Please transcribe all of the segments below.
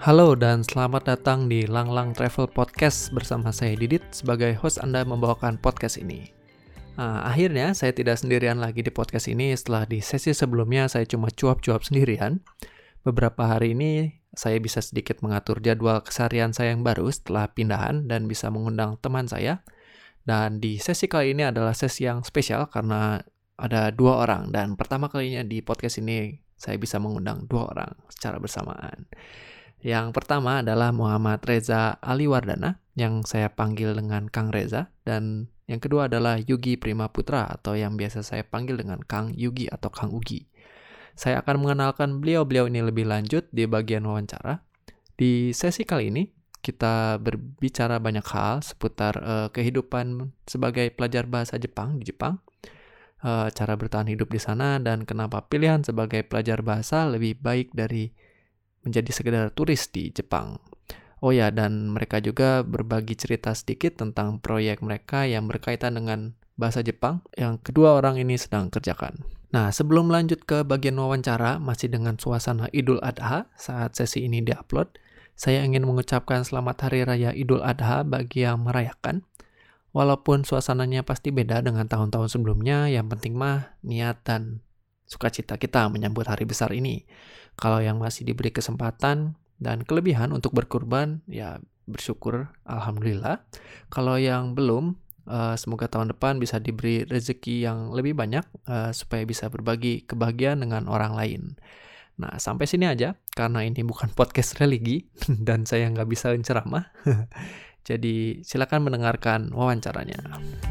Halo dan selamat datang di Langlang Travel Podcast bersama saya Didit sebagai host Anda membawakan podcast ini. Akhirnya saya tidak sendirian lagi di podcast ini setelah di sesi sebelumnya saya cuma cuap-cuap sendirian. Beberapa hari ini saya bisa sedikit mengatur jadwal keseharian saya yang baru setelah pindahan dan bisa mengundang teman saya. Dan di sesi kali ini adalah sesi yang spesial karena ada 2 orang dan pertama kalinya di podcast ini saya bisa mengundang 2 orang secara bersamaan. Yang pertama adalah Muhammad Reza Aliwardana, yang saya panggil dengan Kang Reza, dan yang kedua adalah Yugi Prima Putra, atau yang biasa saya panggil dengan Kang Yugi atau Kang Ugi. Saya akan mengenalkan beliau-beliau ini lebih lanjut di bagian wawancara. Di sesi kali ini, kita berbicara banyak hal seputar kehidupan sebagai pelajar bahasa Jepang di Jepang, cara bertahan hidup di sana, dan kenapa pilihan sebagai pelajar bahasa lebih baik dari menjadi sekedar turis di Jepang. Oh ya, dan mereka juga berbagi cerita sedikit tentang proyek mereka yang berkaitan dengan bahasa Jepang yang kedua orang ini sedang kerjakan. Nah, sebelum lanjut ke bagian wawancara, masih dengan suasana Idul Adha saat sesi ini diupload, saya ingin mengucapkan selamat Hari Raya Idul Adha bagi yang merayakan. Walaupun suasananya pasti beda dengan tahun-tahun sebelumnya, yang penting mah niat dan sukacita kita menyambut hari besar ini. Kalau yang masih diberi kesempatan dan kelebihan untuk berkurban, ya bersyukur, alhamdulillah. Kalau yang belum, semoga tahun depan bisa diberi rezeki yang lebih banyak supaya bisa berbagi kebahagiaan dengan orang lain. Nah, sampai sini aja, karena ini bukan podcast religi dan saya nggak bisa menceramah. Jadi, silakan mendengarkan wawancaranya.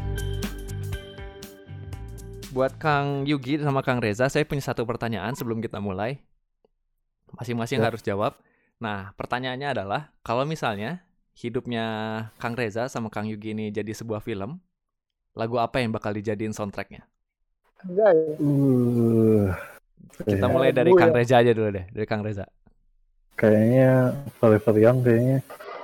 Buat Kang Yugi sama Kang Reza, saya punya satu pertanyaan sebelum kita mulai. Masing-masing harus jawab. Nah, pertanyaannya adalah, kalau misalnya hidupnya Kang Reza sama Kang Yugi ini jadi sebuah film, lagu apa yang bakal dijadiin soundtracknya? Enggak ya? Kita mulai dari Kang Reza aja dulu deh, dari Kang Reza. Kayaknya Forever Young kayaknya.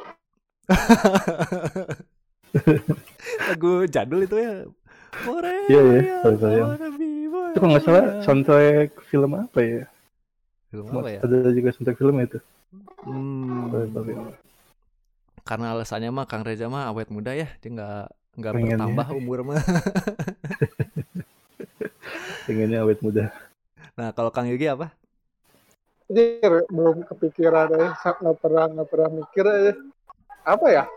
Lagu jadul itu ya. Iya ya, Forever Young. Itu kalau nggak salah soundtrack film apa ya? Film apa ya? Ada juga soundtrack film itu. Forever Young. Karena alasannya mah Kang Reza mah awet muda ya, dia nggak bertambah umur mah. Pengennya awet muda. Nah, kalau Kang Yugi apa? Belum kepikiran ya, nggak pernah mikir aja. Apa ya?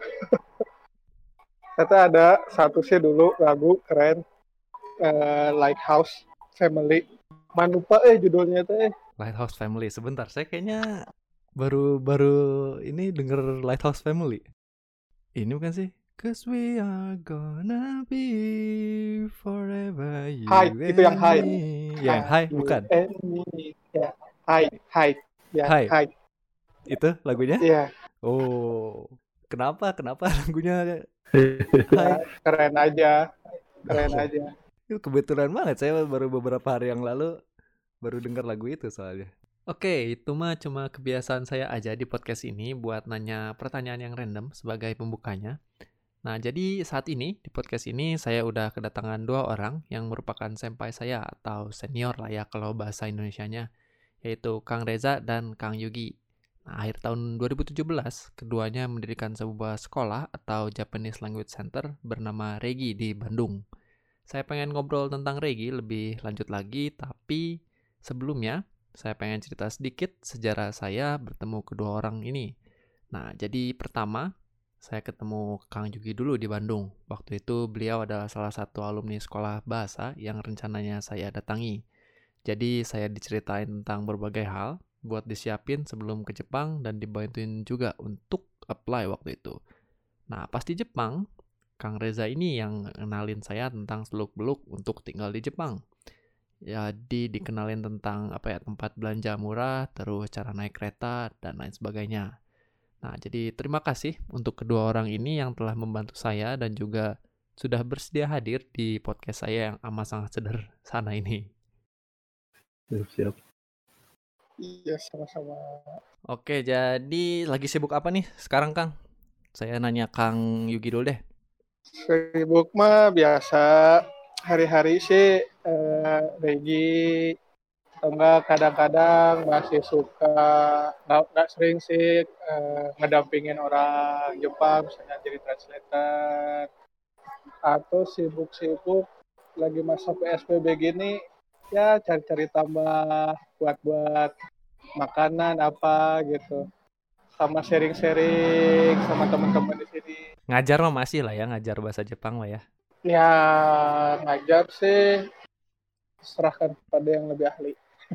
Kata ada satu sih dulu lagu keren, Lighthouse Family. Lupa judulnya teh. Lighthouse Family. Sebentar, saya kayaknya baru ini denger Lighthouse Family. Ini bukan sih? 'Cause we are gonna be forever you High, itu yang High. Yang High bukan? Ya, High. Ya, High. Itu lagunya? Iya. Oh, kenapa lagunya High? Keren aja. Itu kebetulan banget, saya baru beberapa hari yang lalu baru dengar lagu itu soalnya. Oke, itu mah cuma kebiasaan saya aja di podcast ini buat nanya pertanyaan yang random sebagai pembukanya. Nah, jadi saat ini di podcast ini saya udah kedatangan 2 orang yang merupakan senpai saya atau senior lah ya kalau bahasa Indonesianya, yaitu Kang Reza dan Kang Yugi. Nah, akhir tahun 2017, keduanya mendirikan sebuah sekolah atau Japanese Language Center bernama Regi di Bandung. Saya pengen ngobrol tentang Regi lebih lanjut lagi, tapi sebelumnya saya pengen cerita sedikit sejarah saya bertemu kedua orang ini. Nah, jadi pertama, saya ketemu Kang Yugi dulu di Bandung. Waktu itu beliau adalah salah satu alumni sekolah bahasa yang rencananya saya datangi. Jadi saya diceritain tentang berbagai hal buat disiapin sebelum ke Jepang dan dibantuin juga untuk apply waktu itu. Nah, pas di Jepang, Kang Reza ini yang kenalin saya tentang seluk-beluk untuk tinggal di Jepang. Jadi dikenalin tentang tempat belanja murah, terus cara naik kereta dan lain sebagainya. Nah, jadi terima kasih untuk kedua orang ini yang telah membantu saya dan juga sudah bersedia hadir di podcast saya yang amat sangat sederhana ini. Siap. Iya, sama-sama. Oke, jadi lagi sibuk apa nih sekarang, Kang? Saya nanya Kang Yugi dulu deh. Sibuk mah biasa. Hari-hari sih Regi Atau enggak kadang-kadang masih suka, nggak sering sih, ngedampingin orang Jepang, misalnya jadi translator, atau sibuk-sibuk lagi masa PSBB gini, ya cari-cari tambah buat-buat makanan apa gitu. Sama sharing-sharing sama teman-teman di sini. Ngajar mah masih lah ya, ngajar bahasa Jepang lah ya. Ya ngajar sih serahkan kepada yang lebih ahli.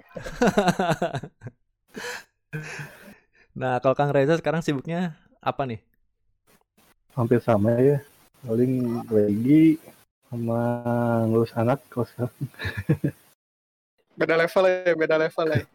Nah, kalau Kang Reza sekarang sibuknya apa nih? Hampir sama ya. Paling lagi sama ngurus anak kalau sekarang. Beda level ya, beda level ya.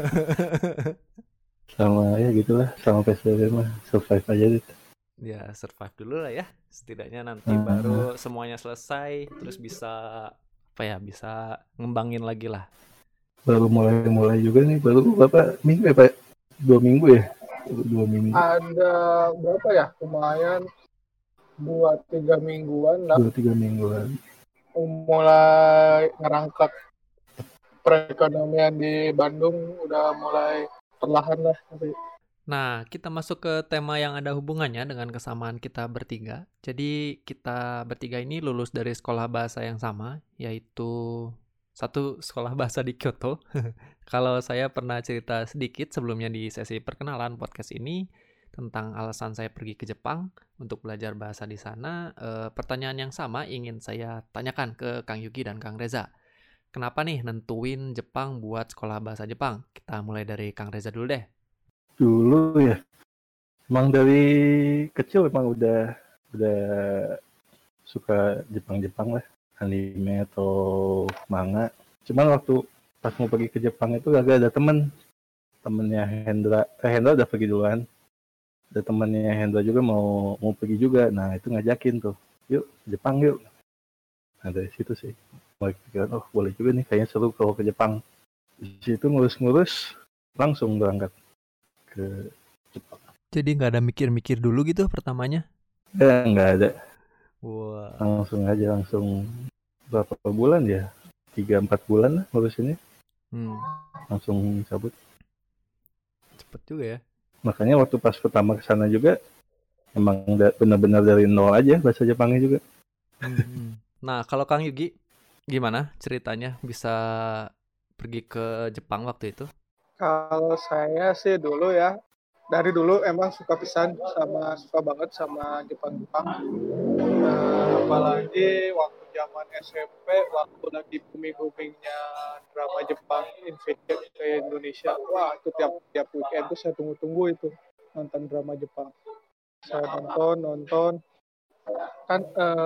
Sama ya gitulah, sama PSBB mah survive aja deh. Ya, survive dulu lah ya. Setidaknya nanti baru semuanya selesai, terus bisa apa ya, bisa ngembangin lagi lah. Baru mulai juga nih, baru berapa minggu ya Pak? 2 minggu ya? 2 minggu. Ada berapa ya? Lumayan 2-3 mingguan lah. 2-3 mingguan. Mulai ngerangkak perekonomian di Bandung udah mulai perlahan lah. Nah, kita masuk ke tema yang ada hubungannya dengan kesamaan kita bertiga. Jadi, kita bertiga ini lulus dari sekolah bahasa yang sama, yaitu satu sekolah bahasa di Kyoto. Kalau saya pernah cerita sedikit sebelumnya di sesi perkenalan podcast ini tentang alasan saya pergi ke Jepang untuk belajar bahasa di sana, pertanyaan yang sama ingin saya tanyakan ke Kang Yuki dan Kang Reza. Kenapa nih nentuin Jepang buat sekolah bahasa Jepang? Kita mulai dari Kang Reza dulu deh. Dulu ya, emang dari kecil emang udah suka Jepang lah, anime atau manga. Cuman waktu pas mau pergi ke Jepang itu gak ada temennya Hendra udah pergi duluan. Ada temennya Hendra juga mau pergi juga. Nah itu ngajakin tuh, yuk Jepang yuk. Nah dari situ sih mulai pikiran, oh boleh juga nih, kayaknya seru kalau ke Jepang. Di situ ngurus langsung berangkat ke Jepang. Jadi nggak ada mikir-mikir dulu gitu pertamanya? Nggak ada. Wah. Langsung berapa bulan ya? 3-4 bulan lah ngurusinnya. Langsung cabut. Cepet juga ya. Makanya waktu pas pertama kesana juga emang benar-benar dari nol aja bahasa Jepangnya juga. Nah, kalau Kang Yugi gimana ceritanya bisa pergi ke Jepang waktu itu? Kalau saya sih dulu ya, dari dulu emang suka banget sama Jepang-Jepang. Apalagi waktu zaman SMP, waktu lagi booming-boomingnya drama Jepang invade ke Indonesia. Wah, itu tiap weekend tuh saya tunggu-tunggu itu nonton drama Jepang. Saya nonton kan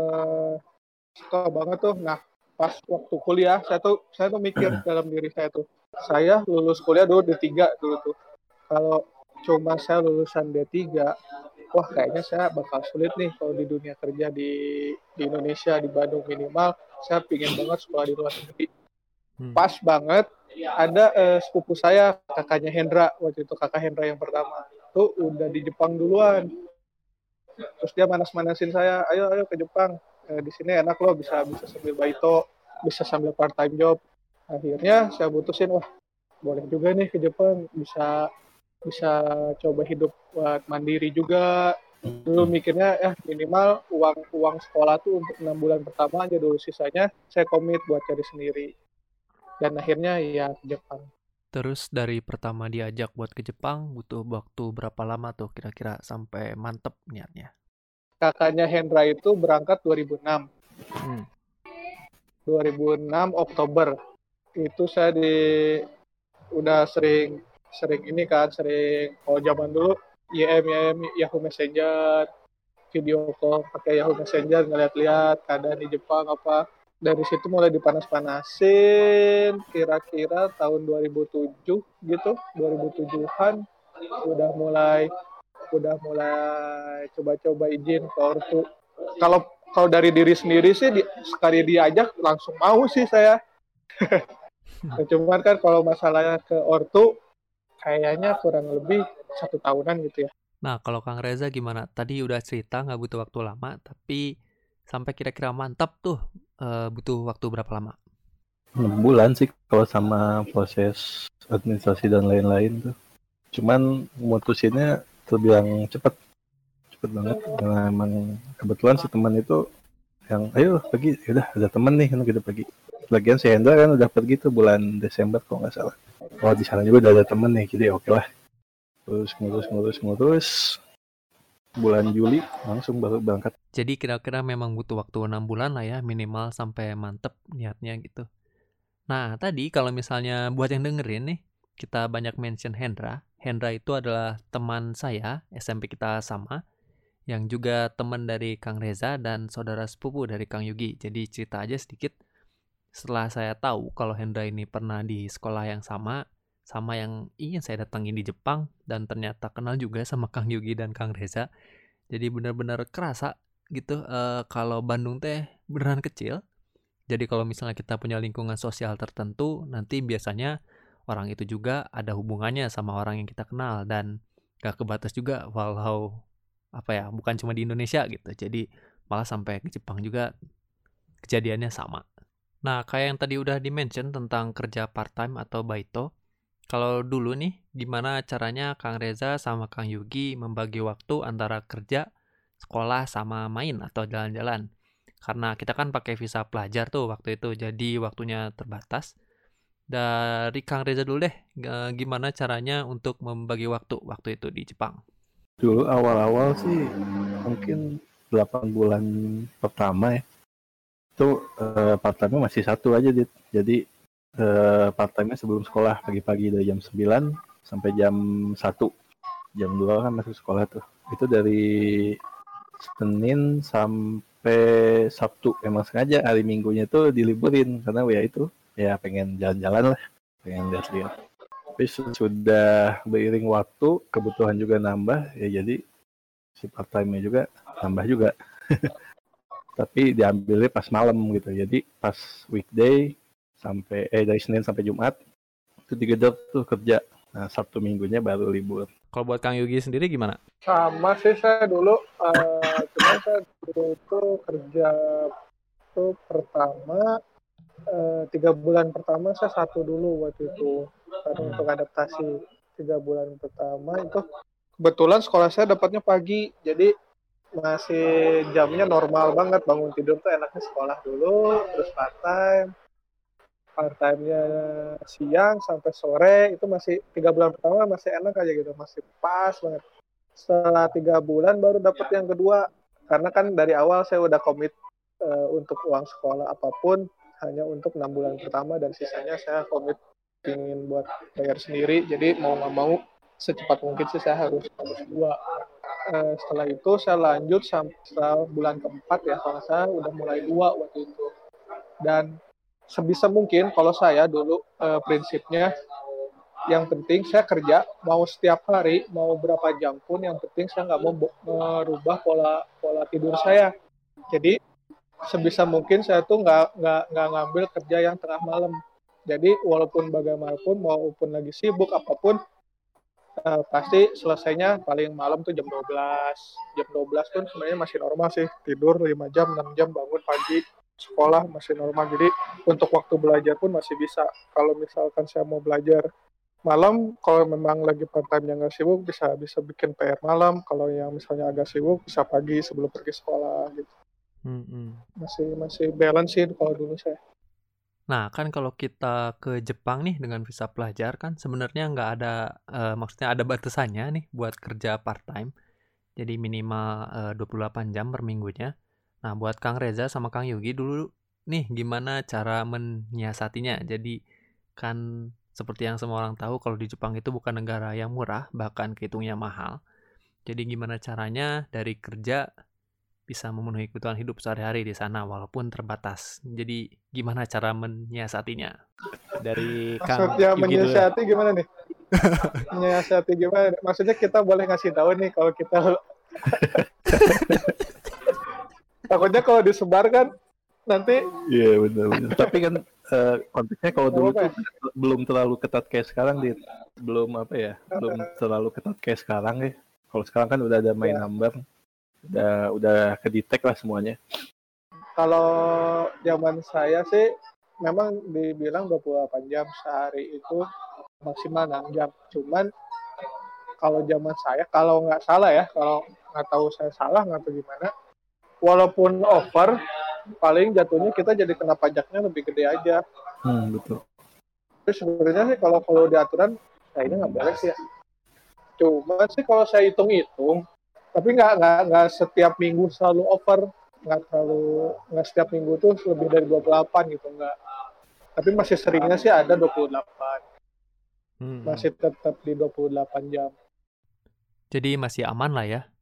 suka banget tuh. Nah, pas waktu kuliah saya tuh mikir dalam diri saya tuh, saya lulus kuliah dulu D3 dulu tuh. Kalau cuma saya lulusan D3, wah kayaknya saya bakal sulit nih kalau di dunia kerja di Indonesia, di Bandung. Minimal saya pingin banget sekolah di luar negeri. Pas banget ada sepupu saya, kakaknya Hendra, waktu itu kakak Hendra yang pertama tuh udah di Jepang duluan. Terus dia manas-manasin saya, ayo ke Jepang, di sini enak loh, bisa sambil baito, bisa sambil part time job. Akhirnya saya putusin, wah boleh juga nih ke Jepang, bisa coba hidup buat mandiri juga. Dulu mikirnya ya minimal uang sekolah tuh untuk 6 bulan pertama aja dulu, sisanya saya komit buat cari sendiri. Dan akhirnya ya ke Jepang. Terus dari pertama diajak buat ke Jepang butuh waktu berapa lama tuh kira-kira sampai mantep niatnya? Kakaknya Hendra itu berangkat 2006. 2006 Oktober. Itu saya udah sering ini kan, kalau zaman dulu YM Yahoo Messenger, video call pakai Yahoo Messenger, ngeliat-liat keadaan di Jepang apa. Dari situ mulai dipanas-panasin, kira-kira tahun 2007 gitu, 2007-an udah mulai coba-coba izin ke ortu. Kalau dari diri sendiri sih sekali diajak langsung mau sih saya. Cuman kan kalau masalahnya ke ortu kayaknya kurang lebih 1 tahunan gitu ya. Nah, kalau Kang Reza gimana? Tadi udah cerita nggak butuh waktu lama, tapi sampai kira-kira mantap tuh butuh waktu berapa lama? 6 bulan sih kalau sama proses administrasi dan lain-lain tuh. Cuman mutusinnya terbilang cepet banget karena emang kebetulan si teman itu yang ayo pergi, udah ada temen nih kan kita pergi. Lagian si Hendra kan udah pergi tuh bulan Desember kalau nggak salah. Oh di sana juga udah ada temen nih, jadi oke lah. Terus ngurus bulan Juli langsung baru berangkat. Jadi kira-kira memang butuh waktu 6 bulan lah ya minimal sampai mantep niatnya gitu. Nah tadi kalau misalnya buat yang dengerin nih, kita banyak mention Hendra. Hendra itu adalah teman saya, SMP kita sama, yang juga teman dari Kang Reza dan saudara sepupu dari Kang Yugi. Jadi cerita aja sedikit. Setelah saya tahu kalau Hendra ini pernah di sekolah yang sama yang ingin saya datangin di Jepang, dan ternyata kenal juga sama Kang Yugi dan Kang Reza. Jadi benar-benar kerasa gitu kalau Bandung teh beneran kecil. Jadi kalau misalnya kita punya lingkungan sosial tertentu, nanti biasanya orang itu juga ada hubungannya sama orang yang kita kenal, dan gak kebatas juga walau bukan cuma di Indonesia gitu. Jadi malah sampai ke Jepang juga kejadiannya sama. Nah, kayak yang tadi udah di-mention tentang kerja part-time atau baito, kalau dulu nih, gimana caranya Kang Reza sama Kang Yugi membagi waktu antara kerja, sekolah, sama main atau jalan-jalan? Karena kita kan pakai visa pelajar tuh waktu itu, jadi waktunya terbatas. Dari Kang Reza dulu deh, gimana caranya untuk membagi waktu itu di Jepang? Dulu awal-awal sih mungkin 8 bulan pertama ya. Itu part-time-nya masih satu aja, Dit. Jadi part-time-nya sebelum sekolah pagi-pagi dari jam 9 sampai jam 1. Jam 2 kan masuk sekolah tuh. Itu dari Senin sampai Sabtu. Emang sengaja hari Minggunya tuh diliburin karena ya pengen jalan-jalan lah, pengen lihat-lihat. Tapi sudah beriring waktu, kebutuhan juga nambah, ya jadi si part-time-nya juga nambah juga. Tapi diambilnya pas malam gitu. Jadi pas weekday dari Senin sampai Jumat itu digedor tuh kerja. Nah, Sabtu Minggunya baru libur. Kalau buat Kang Yugi sendiri gimana? Sama sih saya dulu, cuman saya dulu itu kerja tuh pertama 3 bulan pertama saya satu dulu waktu itu karena untuk adaptasi. 3 bulan pertama itu kebetulan sekolah saya dapatnya pagi, jadi masih jamnya normal banget, bangun tidur tuh enaknya sekolah dulu, terus part time-nya siang sampai sore. Itu masih 3 bulan pertama masih enak aja gitu, masih pas banget. Setelah 3 bulan baru dapat yang kedua, karena kan dari awal saya udah komit untuk uang sekolah apapun hanya untuk 6 bulan pertama, dan sisanya saya komit ingin buat bayar sendiri. Jadi mau nggak mau secepat mungkin sih saya harus dua. Setelah itu saya lanjut sampai bulan keempat ya, kalau saya udah mulai 2 waktu itu. Dan sebisa mungkin kalau saya dulu prinsipnya, yang penting saya kerja mau setiap hari, mau berapa jam pun, yang penting saya nggak mau merubah pola tidur saya. Jadi sebisa mungkin saya tuh nggak ngambil kerja yang tengah malam. Jadi walaupun bagaimanapun, maupun lagi sibuk apapun, pasti selesainya paling malam tuh jam 12. Jam 12 pun sebenarnya masih normal sih, tidur 5 jam, 6 jam, bangun pagi, sekolah masih normal. Jadi untuk waktu belajar pun masih bisa. Kalau misalkan saya mau belajar malam, kalau memang lagi part time yang nggak sibuk, bisa bikin PR malam. Kalau yang misalnya agak sibuk, bisa pagi sebelum pergi sekolah gitu. Masih balance sih kalau dulu saya. Nah, kan kalau kita ke Jepang nih dengan visa pelajar kan sebenarnya nggak ada, maksudnya ada batasannya nih buat kerja part-time. Jadi minimal 28 jam per minggunya. Nah, buat Kang Reza sama Kang Yugi dulu nih gimana cara menyiasatinya? Jadi kan seperti yang semua orang tahu kalau di Jepang itu bukan negara yang murah, bahkan kehitungnya mahal. Jadi gimana caranya dari kerja bisa memenuhi kebutuhan hidup sehari-hari di sana walaupun terbatas. Jadi gimana cara menyiasatinya? Dari Kang Maksudnya Yugi dulu. menyiasati gimana nih? Menyiasati gimana? Maksudnya kita boleh ngasih tahu nih kalau kita takutnya kalau disebarkan nanti. Iya benar. Tapi kan konteksnya kalau dulu tuh belum terlalu ketat kayak sekarang, Dit. Belum terlalu ketat kayak sekarang ya. Kalau sekarang kan udah ada main number. Udah kedetek lah semuanya. Kalau zaman saya sih memang dibilang 28 jam sehari itu maksimal 6 jam. Cuman kalau zaman saya, kalau nggak salah ya, kalau nggak tahu saya salah nggak tahu gimana, walaupun over, paling jatuhnya kita jadi kena pajaknya lebih gede aja. Betul. Terus sebenarnya sih kalau di aturan kayaknya nggak boleh sih ya. Cuma sih kalau saya hitung-hitung, tapi nggak setiap minggu selalu over, nggak setiap minggu tuh lebih dari 28 gitu, nggak. Tapi masih seringnya sih ada 28. Masih tetap di 28 jam. Jadi masih aman lah ya.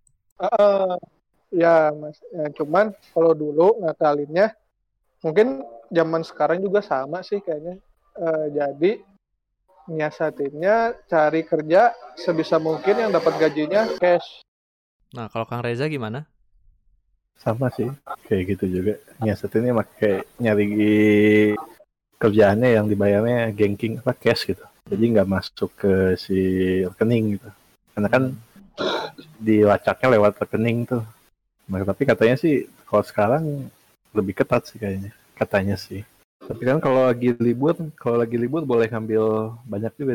Ya, Mas. Ya, cuman kalau dulu ngakalinnya, mungkin zaman sekarang juga sama sih kayaknya. Jadi nyiasatinnya cari kerja sebisa mungkin yang dapat gajinya cash. Nah, kalau Kang Reza gimana? Sama sih, kayak gitu juga. Nyiasatinnya kayak nyari kerjaannya yang dibayarnya gengking cash gitu. Jadi nggak masuk ke si rekening gitu. Karena kan dilacaknya lewat rekening tuh. Nah, tapi katanya sih kalau sekarang lebih ketat sih kayaknya. Katanya sih. Tapi kan kalau lagi libur boleh ngambil banyak juga,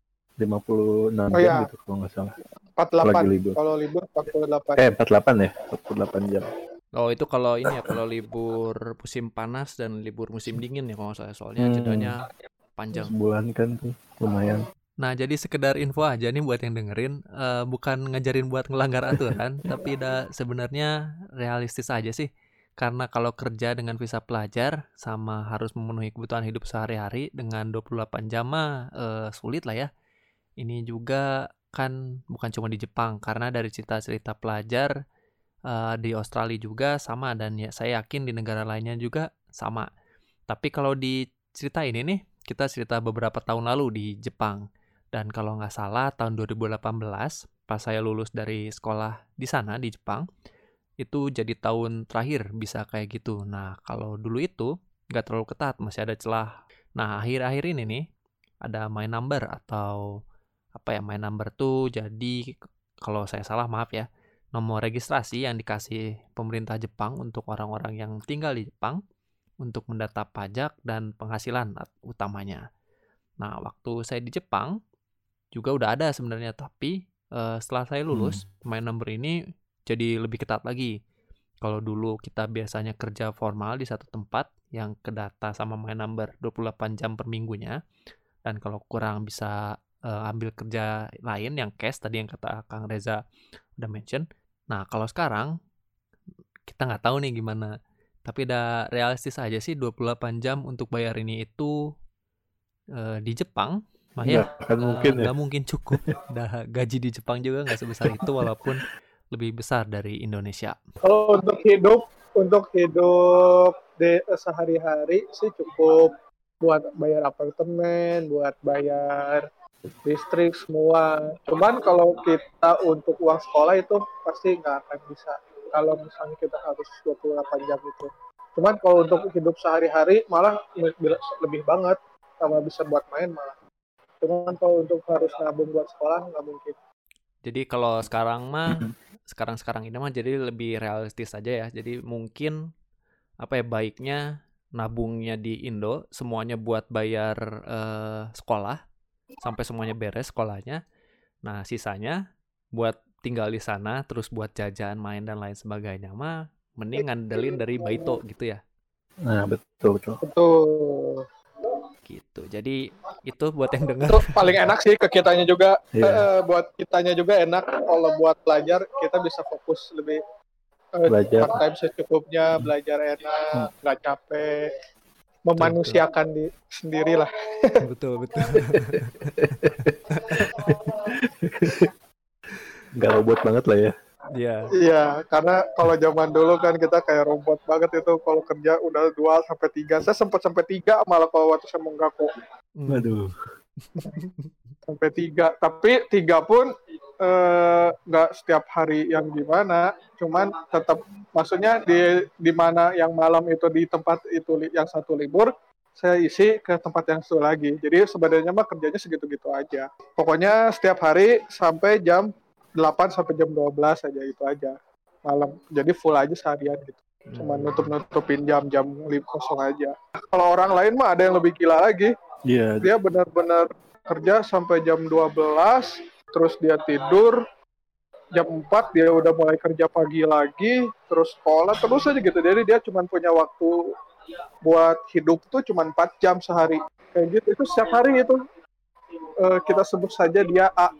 56 jam gitu kalau nggak salah. 48. Kalau libur 48. 48 ya, 48 jam. Oh, itu kalau ini ya, kalau libur musim panas dan libur musim dingin ya kalau nggak salah, soalnya jedanya panjang. Sebulan kan tuh, lumayan. Nah, jadi sekedar info aja nih buat yang dengerin, bukan ngajarin buat ngelanggar aturan, tapi sebenarnya realistis aja sih. Karena kalau kerja dengan visa pelajar sama harus memenuhi kebutuhan hidup sehari-hari dengan 28 jam mah sulit lah ya. Ini juga kan bukan cuma di Jepang, karena dari cerita-cerita pelajar di Australia juga sama, dan ya saya yakin di negara lainnya juga sama. Tapi kalau di cerita ini nih, kita cerita beberapa tahun lalu di Jepang. Dan kalau nggak salah tahun 2018, pas saya lulus dari sekolah di sana di Jepang, itu jadi tahun terakhir bisa kayak gitu. Nah, kalau dulu itu nggak terlalu ketat, masih ada celah. Nah, akhir-akhir ini nih, ada my number atau apa ya, my number tuh jadi, kalau saya salah maaf ya, nomor registrasi yang dikasih pemerintah Jepang untuk orang-orang yang tinggal di Jepang untuk mendata pajak dan penghasilan utamanya. Nah, waktu saya di Jepang juga udah ada sebenarnya, tapi setelah saya lulus, my number ini jadi lebih ketat lagi. Kalau dulu kita biasanya kerja formal di satu tempat yang kedata sama my number 28 jam per minggunya, dan kalau kurang bisa ambil kerja lain yang cash tadi yang kata Kang Reza udah mention. Nah, kalau sekarang kita nggak tahu nih gimana. Tapi udah realistis aja sih 28 jam untuk bayar ini itu di Jepang mah ya nggak mungkin cukup. Gaji di Jepang juga nggak sebesar itu walaupun lebih besar dari Indonesia. Kalau untuk hidup sehari-hari sih cukup buat bayar apartemen, buat bayar listrik semua. Cuman kalau kita untuk uang sekolah itu pasti nggak akan bisa. Kalau misalnya kita harus 28 jam itu. Cuman kalau untuk hidup sehari-hari malah lebih banget, sama bisa buat main malah. Cuman kalau untuk harus nabung buat sekolah nggak mungkin. Jadi kalau sekarang ini mah jadi lebih realistis aja ya. Jadi mungkin apa ya, baiknya nabungnya di Indo semuanya buat bayar sekolah sampai semuanya beres sekolahnya. Nah, sisanya buat tinggal di sana, terus buat jajan, main dan lain sebagainya mah mending ngandelin dari Baito gitu ya. Nah, betul. Gitu. Jadi itu buat yang dengar. Itu paling enak sih ke kitanya juga. Buat kitanya juga enak. Kalau buat belajar kita bisa fokus lebih belajar part-time secukupnya, belajar enak, nggak capek, memanusiakan sendiri lah. Betul. Nggak robot banget lah ya. Iya, karena kalau zaman dulu kan kita kayak robot banget itu, kalau kerja udah 2-3. Saya sempat sampai 3 malah kalau waktu saya menggaku. Waduh. Sampai 3, tapi 3 pun nggak setiap hari yang gimana, cuman tetap maksudnya di mana yang malam itu di tempat itu yang satu libur, saya isi ke tempat yang satu lagi. Jadi sebenarnya mah kerjanya segitu-gitu aja. Pokoknya setiap hari sampai jam 8 sampai jam 12 aja itu aja malam. Jadi full aja seharian gitu. Cuma nutup-nutupin jam-jam kosong aja. Kalau orang lain mah ada yang lebih gila lagi. Iya, Dia benar-benar kerja sampai jam 12, terus dia tidur, jam 4 dia udah mulai kerja pagi lagi, terus sekolah, terus aja gitu. Jadi dia cuma punya waktu buat hidup tuh cuma 4 jam sehari. Kayak gitu, itu setiap hari itu. Kita sebut saja dia A.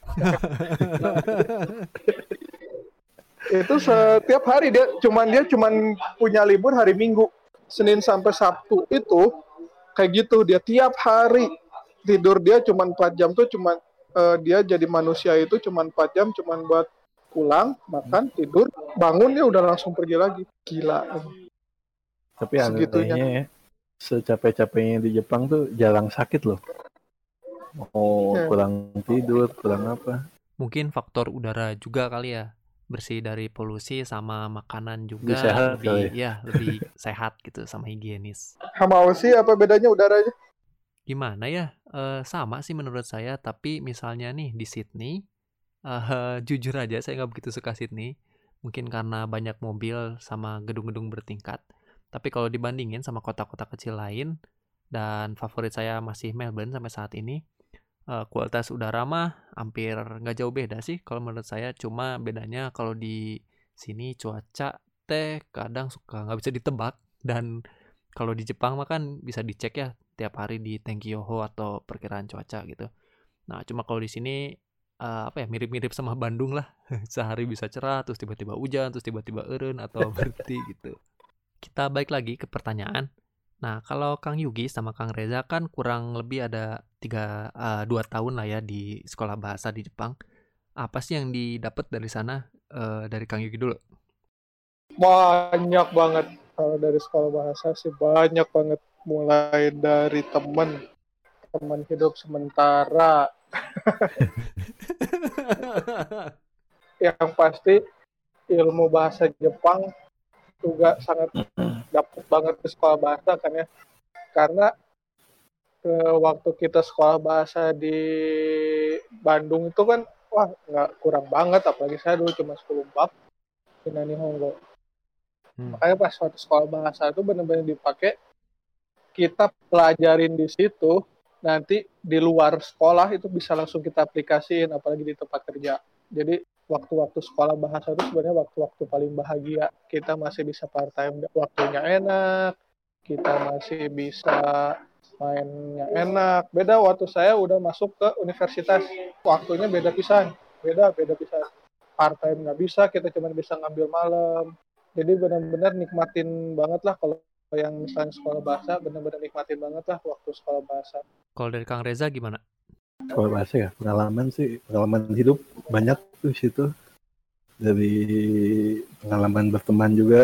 Itu setiap hari dia cuman punya libur hari Minggu, Senin sampai Sabtu itu kayak gitu. Dia tiap hari tidur dia cuman 4 jam tuh cuman dia jadi manusia itu cuman 4 jam cuman buat pulang, makan, tidur, bangun dia udah langsung pergi lagi. Gila. tapi Segitunya. anehnya ya, secapek-capeknya di Jepang tuh jarang sakit loh. Kurang tidur, kurang apa. Mungkin faktor udara juga kali ya. Bersih dari polusi sama makanan juga Lebih sehat kali lebih sehat gitu sama higienis. Sama Aussie apa bedanya udaranya? Gimana ya? Sama sih menurut saya, tapi misalnya nih di Sydney, jujur aja saya nggak begitu suka Sydney. Mungkin karena banyak mobil sama gedung-gedung bertingkat. Tapi kalau dibandingin sama kota-kota kecil lain, dan favorit saya masih Melbourne sampai saat ini, kualitas udara mah hampir nggak jauh beda sih kalau menurut saya. Cuma bedanya kalau di sini cuaca kadang suka nggak bisa ditebak, dan kalau di Jepang mah kan bisa dicek ya tiap hari di Tenkyoho atau perkiraan cuaca gitu. Nah cuma kalau di sini mirip-mirip sama Bandung lah. Sehari bisa cerah, terus tiba-tiba hujan, terus tiba-tiba eureun atau berhenti gitu. Kita balik lagi ke pertanyaan. Nah, kalau Kang Yugi sama Kang Reza kan kurang lebih ada 2 tahun lah ya di sekolah bahasa di Jepang. Apa sih yang didapat dari sana? Dari Kang Yugi dulu. Banyak banget. Kalau dari sekolah bahasa sih banyak banget. Mulai dari teman hidup sementara. Yang pasti ilmu bahasa Jepang juga sangat dapat banget di sekolah bahasa kan ya. Karena waktu kita sekolah bahasa di Bandung itu kan nggak kurang banget, apalagi saya dulu cuma 10 bab Hina Nihongo. Makanya pas waktu sekolah bahasa itu benar-benar dipakai, kita pelajarin di situ, nanti di luar sekolah itu bisa langsung kita aplikasiin, apalagi di tempat kerja. Jadi waktu-waktu sekolah bahasa itu sebenarnya waktu-waktu paling bahagia. Kita masih bisa part time, waktunya enak, kita masih bisa mainnya enak. Beda waktu saya udah masuk ke universitas, waktunya beda pisan. Beda pisan. Part time nggak bisa, kita cuma bisa ngambil malam. Jadi benar-benar nikmatin banget lah kalau yang misalnya sekolah bahasa, benar-benar nikmatin banget lah waktu sekolah bahasa. Kalau dari Kang Reza gimana? Sekolah bahasa ya, pengalaman hidup banyak tuh situ. Dari pengalaman berteman juga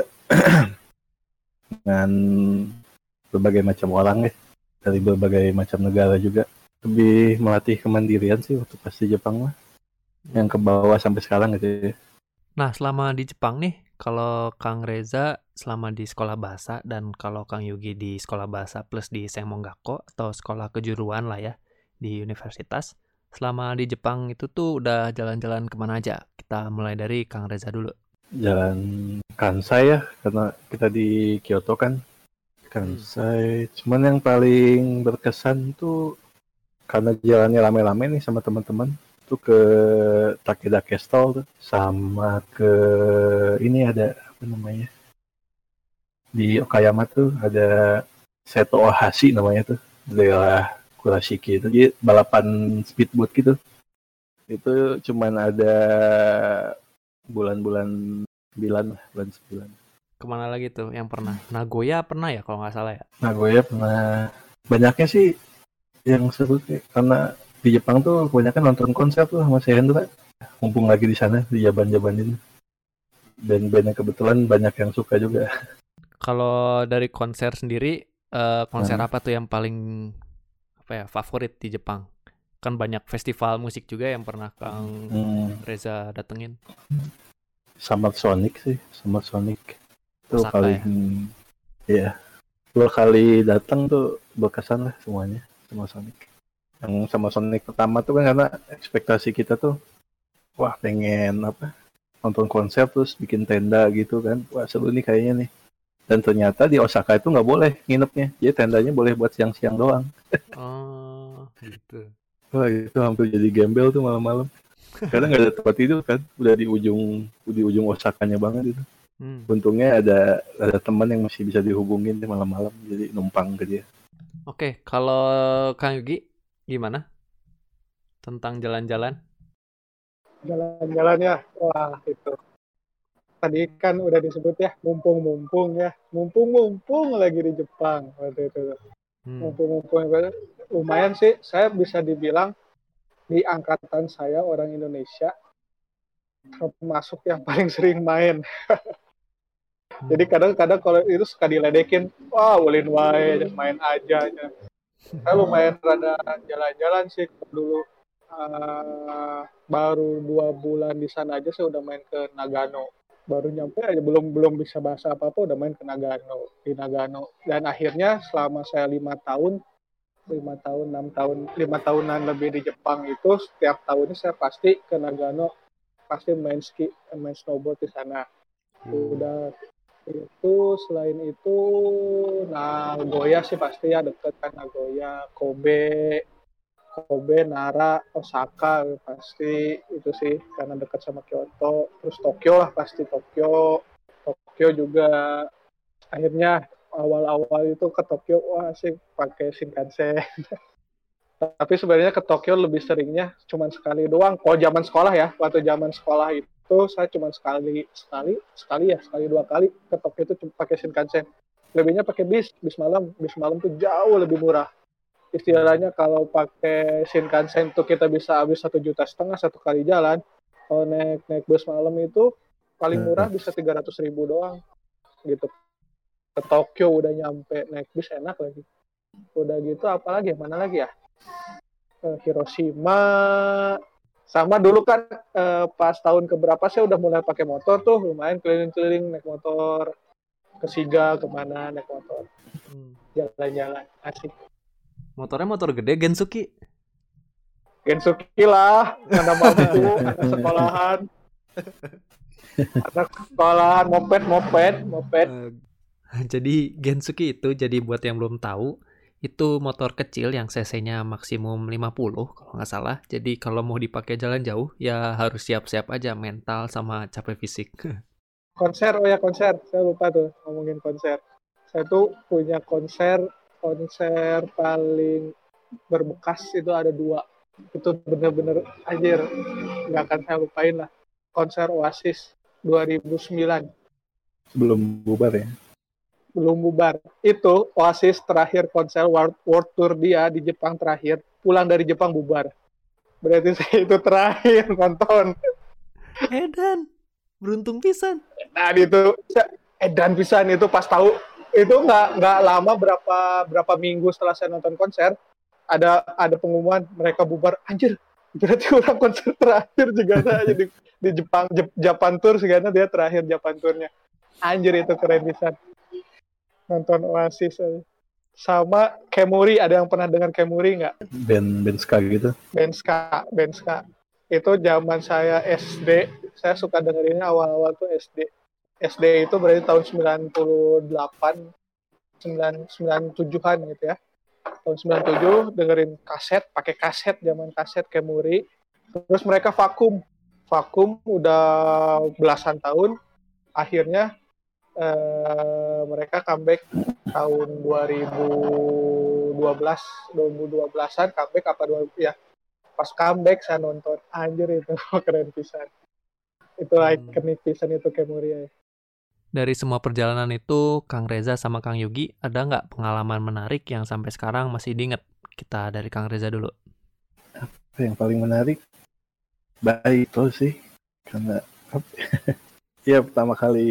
dengan berbagai macam orang ya, dari berbagai macam negara juga. Lebih melatih kemandirian sih waktu pas di Jepang mah, yang ke bawah sampai sekarang gitu ya. Nah, selama di Jepang nih, kalau Kang Reza selama di sekolah bahasa dan kalau Kang Yugi di sekolah bahasa plus di Semonggakko atau sekolah kejuruan lah ya di universitas, selama di Jepang itu tuh udah jalan-jalan kemana aja? Kita mulai dari Kang Reza dulu. Jalan Kansai ya, karena kita di Kyoto kan. Kansai, cuman yang paling berkesan tuh karena jalannya rame-rame nih sama teman-teman tuh ke Takeda Castle tuh, sama ke ini ada apa namanya di Okayama tuh ada Seto Ohashi namanya tuh, daerah Kurashiki itu, jadi balapan speedboat gitu. Itu cuman ada bulan 9. Kemana lagi tuh yang pernah? Nagoya pernah ya kalau nggak salah ya? Nagoya pernah. Banyaknya sih yang seru sih, karena di Jepang tuh kebanyakan nonton konser tuh sama si Hendra. Mumpung lagi di sana, di Jaban-Jabanin. Band-band yang kebetulan banyak yang suka juga. Kalau dari konser sendiri, konser apa tuh yang paling favorit di Jepang? Kan banyak festival musik juga yang pernah Kang Reza datengin. Summer Sonic sih, Summer Sonic. Itu paling ya. 2 kali datang tuh berkesan lah semuanya sama Sonic. Yang sama Sonic pertama tuh kan karena ekspektasi kita tuh wah pengen nonton konser terus bikin tenda gitu kan. Wah seru nih kayaknya nih. Dan ternyata di Osaka itu nggak boleh nginepnya. Jadi tendanya boleh buat siang-siang doang. Oh, gitu. Wah itu hampir jadi gembel tuh malam-malam. Karena nggak ada tempat tidur kan. Udah di ujung Osakanya banget itu. Hmm. Untungnya ada teman yang masih bisa dihubungin di malam-malam. Jadi numpang ke dia. Oke, kalau Kang Yugi gimana tentang jalan-jalan? Jalan-jalannya, wah itu. Tadi kan udah disebut ya, mumpung-mumpung ya. Mumpung-mumpung lagi di Jepang waktu itu. Hmm. Mumpung-mumpung lumayan sih, saya bisa dibilang di angkatan saya orang Indonesia termasuk yang paling sering main. Jadi kadang-kadang kalau itu suka diledekin, wah ulin wae, main aja. Saya lumayan rada jalan-jalan sih dulu. Baru 2 bulan di sana aja saya udah main ke Nagano. Baru nyampe aja belum bisa bahasa apa-apa udah main ke Nagano, di Nagano. Dan akhirnya selama saya 5 tahun, 5 tahun, 6 tahun, 5 tahunan lebih di Jepang itu setiap tahunnya saya pasti ke Nagano, pasti main ski, main snowboard di sana. Udah itu selain itu Nagoya sih pasti ya deket kan, Nagoya, Kobe, Nara, Osaka pasti itu sih karena dekat sama Kyoto. Terus Tokyo lah pasti Tokyo juga akhirnya awal-awal itu ke Tokyo wah sih pakai Shinkansen. Tapi sebenarnya ke Tokyo lebih seringnya cuma sekali doang. Kalau zaman sekolah ya, waktu zaman sekolah itu saya cuma sekali 2 kali ke Tokyo itu pakai Shinkansen. Lebihnya pakai bis malam tuh jauh lebih murah. Istilahnya kalau pakai Shinkansen tuh kita bisa habis 1,5 juta satu kali jalan. Kalau naik bus malam itu paling murah bisa 300.000 doang gitu. Ke Tokyo udah nyampe naik bis enak lagi. Udah gitu apalagi mana lagi ya? Hiroshima sama dulu kan pas tahun keberapa saya udah mulai pakai motor tuh lumayan keliling-keliling naik motor ke Siga kemana naik motor jalan-jalan asik. Motornya motor gede Gensuki. Gensuki lah mana mampu anak sekolahan moped. Jadi Gensuki itu jadi buat yang belum tahu itu motor kecil yang cc-nya maksimum 50 kalau nggak salah. Jadi kalau mau dipakai jalan jauh ya harus siap-siap aja mental sama capek fisik. Konser saya lupa tuh ngomongin konser. Saya tuh punya konser paling berbekas itu ada 2. Itu bener-bener anjir nggak akan saya lupain lah. Konser Oasis 2009. Sebelum bubar ya. Belum bubar. Itu Oasis terakhir konser world tour dia di Jepang terakhir. Pulang dari Jepang bubar. Berarti saya itu terakhir nonton. Edan, beruntung pisan. Nah itu edan pisan itu pas tahu itu nggak lama berapa minggu setelah saya nonton konser ada pengumuman mereka bubar. Anjir, berarti orang konser terakhir juga aja di Jepang Japan Tour segala dia terakhir Japan Tournya. Anjir itu keren pisan. Nonton Oasis aja. Sama Kemuri, ada yang pernah dengar Kemuri nggak? Band ska gitu. Band ska. Itu zaman saya SD, saya suka dengerinnya awal-awal tuh SD. SD itu berarti tahun 98, 97-an gitu ya. Tahun 97 dengerin kaset, pakai kaset, zaman kaset Kemuri. Terus mereka vakum udah belasan tahun. Akhirnya mereka comeback tahun 2012-an comeback apa 2000 ya. Pas comeback saya nonton anjir itu keren pisan. Itu ikonik pisan itu Kemuri ya. Dari semua perjalanan itu, Kang Reza sama Kang Yugi, ada nggak pengalaman menarik yang sampai sekarang masih diingat? Kita dari Kang Reza dulu. Yang paling menarik, baik itu sih. Karena ya pertama kali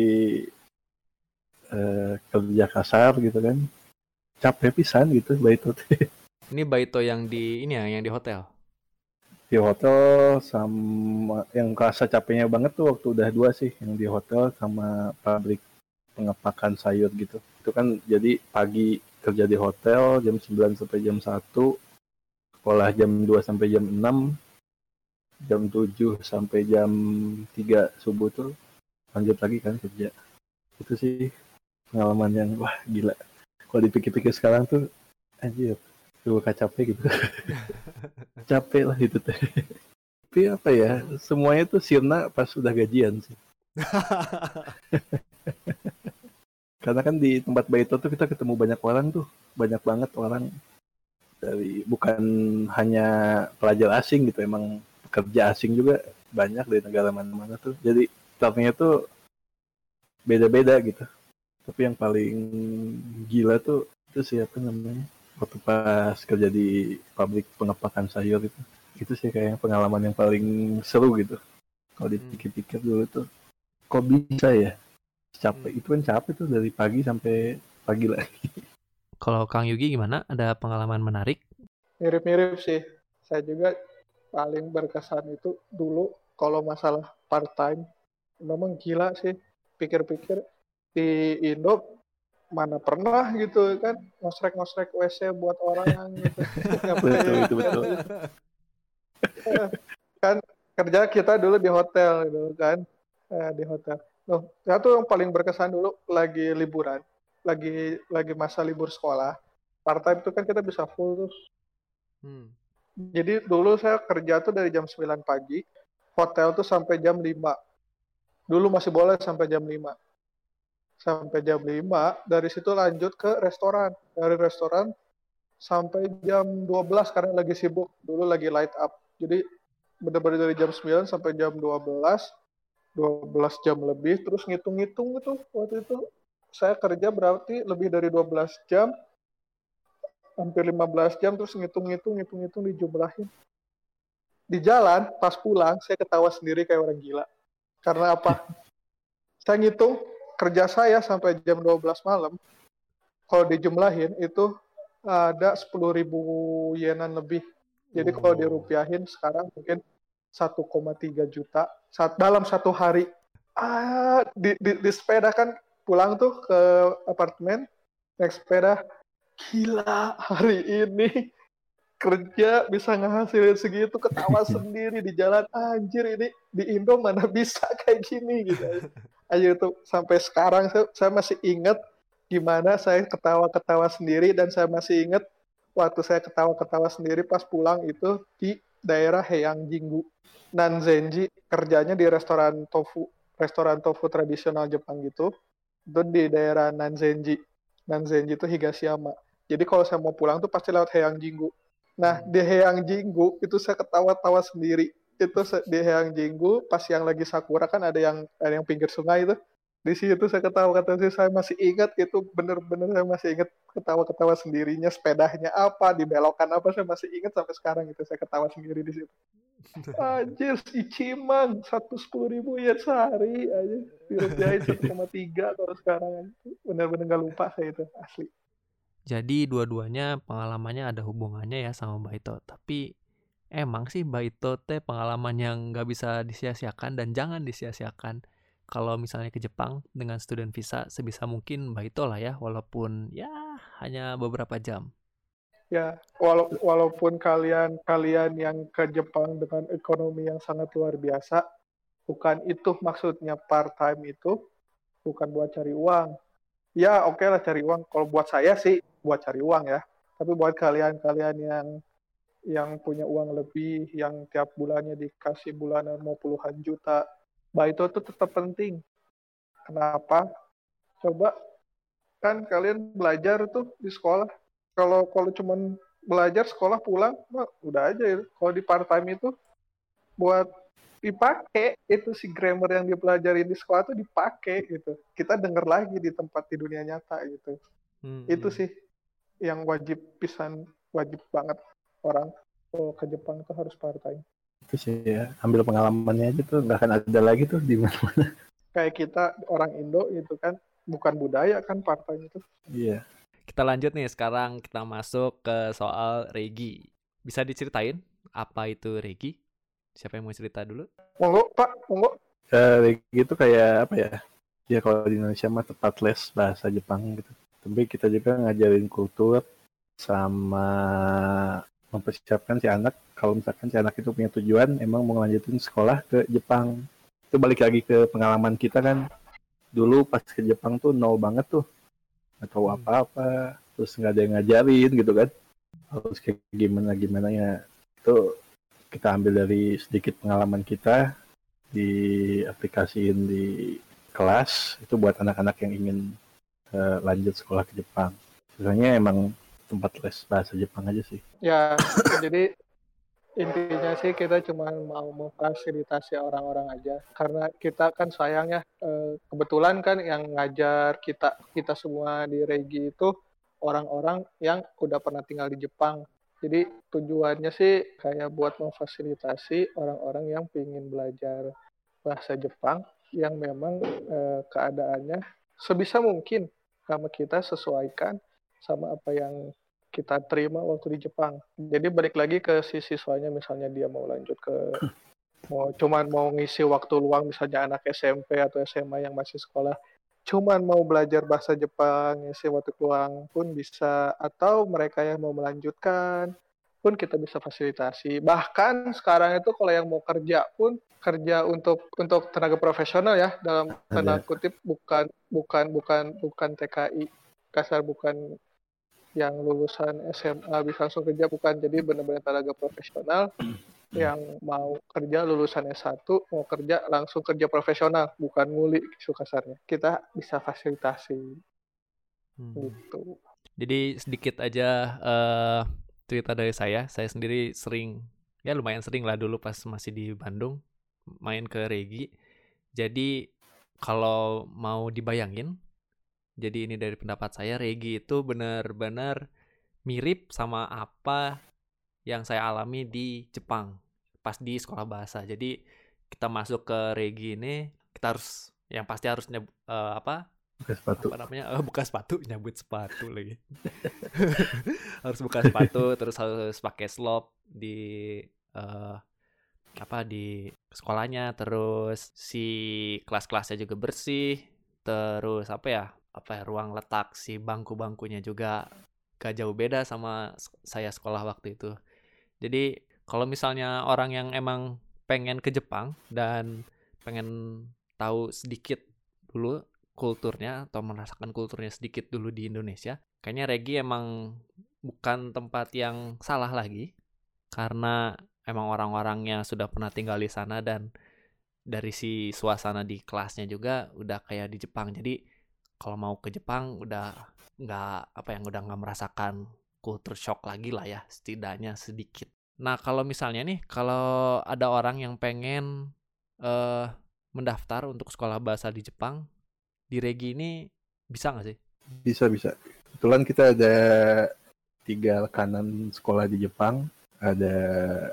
kerja kasar gitu kan. Capek pisan gitu Baito. Ini Baito yang di yang di hotel. Di hotel sama yang kerasa capeknya banget tuh waktu udah 2 sih, yang di hotel sama pabrik pengepakan sayur gitu. Itu kan jadi pagi kerja di hotel jam 9 sampai jam 1, sekolah jam 2 sampai jam 6, jam 7 sampai jam 3 subuh tuh lanjut lagi kan kerja. Itu sih pengalaman yang wah gila. Kalau dipikir-pikir sekarang tuh anjir, tuh capek gitu. Capek lah itu teh. Tapi apa ya, semuanya tuh sirna pas udah gajian sih. Karena kan di tempat Baito tuh kita ketemu banyak orang tuh, banyak banget orang dari bukan hanya pelajar asing gitu, emang pekerja asing juga banyak dari negara mana-mana tuh. Jadi startnya tuh beda-beda gitu. Tapi yang paling gila tuh itu siapa namanya? Waktu pas kerja di pabrik pengepakan sayur itu sih kayaknya pengalaman yang paling seru gitu. Kalau dipikir-pikir dulu tuh, kok bisa ya? Capek itu kan capek tuh dari pagi sampai pagi lagi. Kalau Kang Yugi gimana? Ada pengalaman menarik? Mirip-mirip sih. Saya juga paling berkesan itu dulu kalau masalah part time. Memang gila sih. Pikir-pikir di Indo mana pernah gitu kan ngosrek-ngosrek WC buat orang gitu. Betul. Kan kerja kita dulu di hotel gitu kan. Di hotel. Loh, satu yang paling berkesan dulu lagi liburan, lagi masa libur sekolah. Part time itu kan kita bisa full tuh. Jadi dulu saya kerja tuh dari jam 9 pagi, hotel tuh sampai jam 5. Dulu masih boleh sampai jam 5. Sampai jam 5, dari situ lanjut ke restoran. Dari restoran sampai jam 12 karena lagi sibuk. Dulu lagi light up. Jadi benar-benar dari jam 9 sampai jam 12 jam lebih, terus ngitung-ngitung gitu. Waktu itu saya kerja berarti lebih dari 12 jam, hampir 15 jam, terus ngitung-ngitung dijumlahin. Di jalan, pas pulang, saya ketawa sendiri kayak orang gila. Karena apa? Saya ngitung, kerja saya sampai jam 12 malam, kalau dijumlahin, itu ada 10.000 yenan lebih. Jadi kalau dirupiahin sekarang mungkin 1,3 juta dalam satu hari. Di sepeda kan pulang tuh ke apartemen, naik sepeda. Gila, hari ini kerja bisa ngehasilin segitu, ketawa sendiri di jalan. Anjir, ini di Indo mana bisa kayak gini gitu. Aja tuh sampai sekarang saya masih ingat gimana saya ketawa-ketawa sendiri, dan saya masih ingat waktu saya ketawa-ketawa sendiri pas pulang itu di daerah Heyangjingu. Nanzenji, kerjanya di restoran tofu tradisional Jepang gitu. Itu di daerah Nanzenji. Nanzenji itu Higashiyama. Jadi kalau saya mau pulang tuh pasti lewat Heyangjingu. Nah, di Heyangjingu itu saya ketawa-tawa sendiri. Itu di Heyangjingu pas yang lagi sakura kan ada yang pinggir sungai itu. Di situ saya ketawa-ketawa, saya masih ingat itu, bener-bener saya masih ingat ketawa-ketawa sendirinya, sepedanya apa, dibelokan apa, saya masih ingat sampai sekarang itu, saya ketawa sendiri di situ. Anjir, si Cimang 110.000 ya sehari aja, dirupiahin 1,3 kalau sekarang. Bener-bener gak lupa saya itu, asli. Jadi dua-duanya pengalamannya ada hubungannya ya sama Baito. Tapi emang sih Baito teh pengalaman yang gak bisa disia-siakan dan jangan disia-siakan. Kalau misalnya ke Jepang dengan student visa, sebisa mungkin Baito lah ya, walaupun ya hanya beberapa jam. Ya, walaupun kalian yang ke Jepang dengan ekonomi yang sangat luar biasa, bukan itu maksudnya part time itu, bukan buat cari uang. Ya oke lah cari uang, kalau buat saya sih buat cari uang ya. Tapi buat kalian yang punya uang lebih, yang tiap bulannya dikasih bulanan mau puluhan juta, itu tuh tetap penting. Kenapa? Coba kan kalian belajar tuh di sekolah. Kalau cuman belajar sekolah pulang, udah aja ya. Kalau di part time itu buat dipakai, itu si grammar yang dipelajari di sekolah tuh dipakai gitu. Kita denger lagi di dunia nyata gitu. Itu sih yang wajib banget orang kalau ke Jepang itu harus part time. Itu sih ya, ambil pengalamannya aja tuh, nggak akan ada lagi tuh di mana-mana. Kayak kita orang Indo gitu kan, bukan budaya kan part time itu. Iya. Kita lanjut nih, sekarang kita masuk ke soal regi. Bisa diceritain apa itu regi? Siapa yang mau cerita dulu? Monggo Pak, monggo. Regi itu kayak apa ya? Ya kalau di Indonesia mah tempat les bahasa Jepang gitu. Tapi kita juga ngajarin kultur sama mempersiapkan si anak kalau misalkan si anak itu punya tujuan emang mau lanjutin sekolah ke Jepang. Itu balik lagi ke pengalaman kita kan, dulu pas ke Jepang tuh nol banget tuh, nggak tahu apa-apa, terus nggak ada yang ngajarin gitu kan, harus kayak gimana ya. Itu kita ambil dari sedikit pengalaman kita, diaplikasiin di kelas itu buat anak-anak yang ingin lanjut sekolah ke Jepang. Sebenarnya emang tempat les bahasa Jepang aja sih. Ya, jadi intinya sih kita cuma mau memfasilitasi orang-orang aja. Karena kita kan sayangnya kebetulan kan yang ngajar kita semua di Regi itu orang-orang yang udah pernah tinggal di Jepang. Jadi tujuannya sih kayak buat memfasilitasi orang-orang yang ingin belajar bahasa Jepang yang memang keadaannya sebisa mungkin sama kita sesuaikan sama apa yang kita terima waktu di Jepang. Jadi balik lagi ke si siswanya, misalnya dia mau lanjut ke cuman mau ngisi waktu luang, misalnya anak SMP atau SMA yang masih sekolah cuman mau belajar bahasa Jepang, ngisi waktu luang pun bisa, atau mereka yang mau melanjutkan pun kita bisa fasilitasi. Bahkan sekarang itu kalau yang mau kerja pun kerja untuk tenaga profesional ya, dalam tanda kutip, bukan TKI kasar, bukan yang lulusan SMA bisa langsung kerja, bukan. Jadi benar-benar tenaga profesional yang mau kerja lulusan S1 mau kerja langsung kerja profesional, bukan nguli gitu kasarnya. Kita bisa fasilitasi gitu. Jadi sedikit aja cerita dari saya sendiri lumayan sering lah dulu pas masih di Bandung main ke Regi. Jadi kalau mau dibayangin, jadi ini dari pendapat saya, Regi itu benar-benar mirip sama apa yang saya alami di Jepang pas di sekolah bahasa. Jadi kita masuk ke Regi ini, kita harus yang pasti harus buka sepatu, nyabut sepatu lagi. Harus buka sepatu, terus harus pakai slop di di sekolahnya, terus si kelas-kelasnya juga bersih, terus ruang letak si bangku-bangkunya juga gak jauh beda sama saya sekolah waktu itu. Jadi kalau misalnya orang yang emang pengen ke Jepang dan pengen tahu sedikit dulu kulturnya atau merasakan kulturnya sedikit dulu di Indonesia, kayaknya Regi emang bukan tempat yang salah lagi, karena emang orang-orangnya sudah pernah tinggal di sana dan dari si suasana di kelasnya juga udah kayak di Jepang. Jadi kalau mau ke Jepang udah nggak merasakan culture shock lagi lah ya, setidaknya sedikit. Nah kalau misalnya nih, kalau ada orang yang pengen mendaftar untuk sekolah bahasa di Jepang, di Regi ini bisa nggak sih? Bisa. Kebetulan kita ada 3 rekanan sekolah di Jepang, ada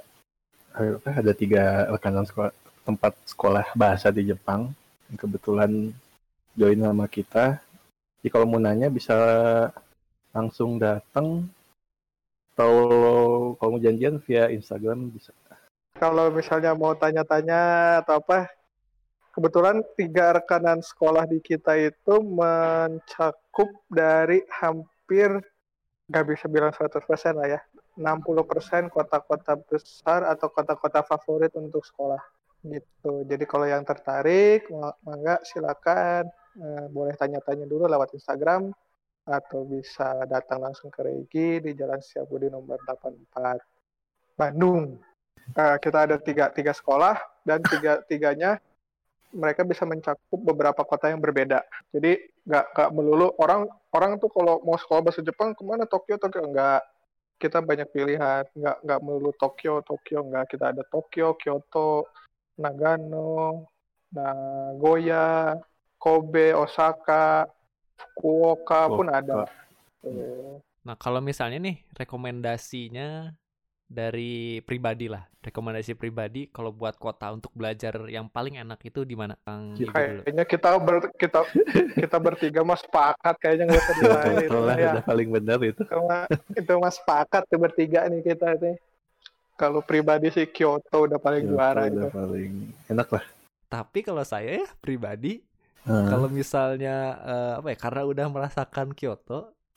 3 rekanan sekolah, tempat sekolah bahasa di Jepang yang kebetulan join sama kita. Jadi kalau mau nanya bisa langsung datang, atau kalau mau janjian via Instagram bisa. Kalau misalnya mau tanya-tanya atau apa, kebetulan 3 rekanan sekolah di kita itu mencakup dari hampir, nggak bisa bilang 100% lah ya, 60% kota-kota besar atau kota-kota favorit untuk sekolah gitu. Jadi kalau yang tertarik, mangga silakan, boleh tanya-tanya dulu lewat Instagram atau bisa datang langsung ke Regi di Jalan Setiabudi nomor 84 Bandung. Kita ada tiga sekolah dan tiganya mereka bisa mencakup beberapa kota yang berbeda. Jadi nggak melulu orang tuh kalau mau sekolah bahasa Jepang kemana, Tokyo enggak. Kita banyak pilihan, nggak melulu Tokyo enggak. Kita ada Tokyo, Kyoto, Nagano, Nagoya, Kobe, Osaka, Fukuoka pun ada. Nah kalau misalnya nih rekomendasinya dari pribadi lah, rekomendasi pribadi kalau buat kota untuk belajar yang paling enak itu di mana? Kayaknya kita bertiga mas sepakat, kayaknya nggak usah dilain. Udah paling benar itu. Itu mas sepakat tuh bertiga nih kita nih. Kalau pribadi sih Kyoto udah paling juara itu. Paling enak lah. Tapi kalau saya ya pribadi, kalau misalnya karena udah merasakan Kyoto,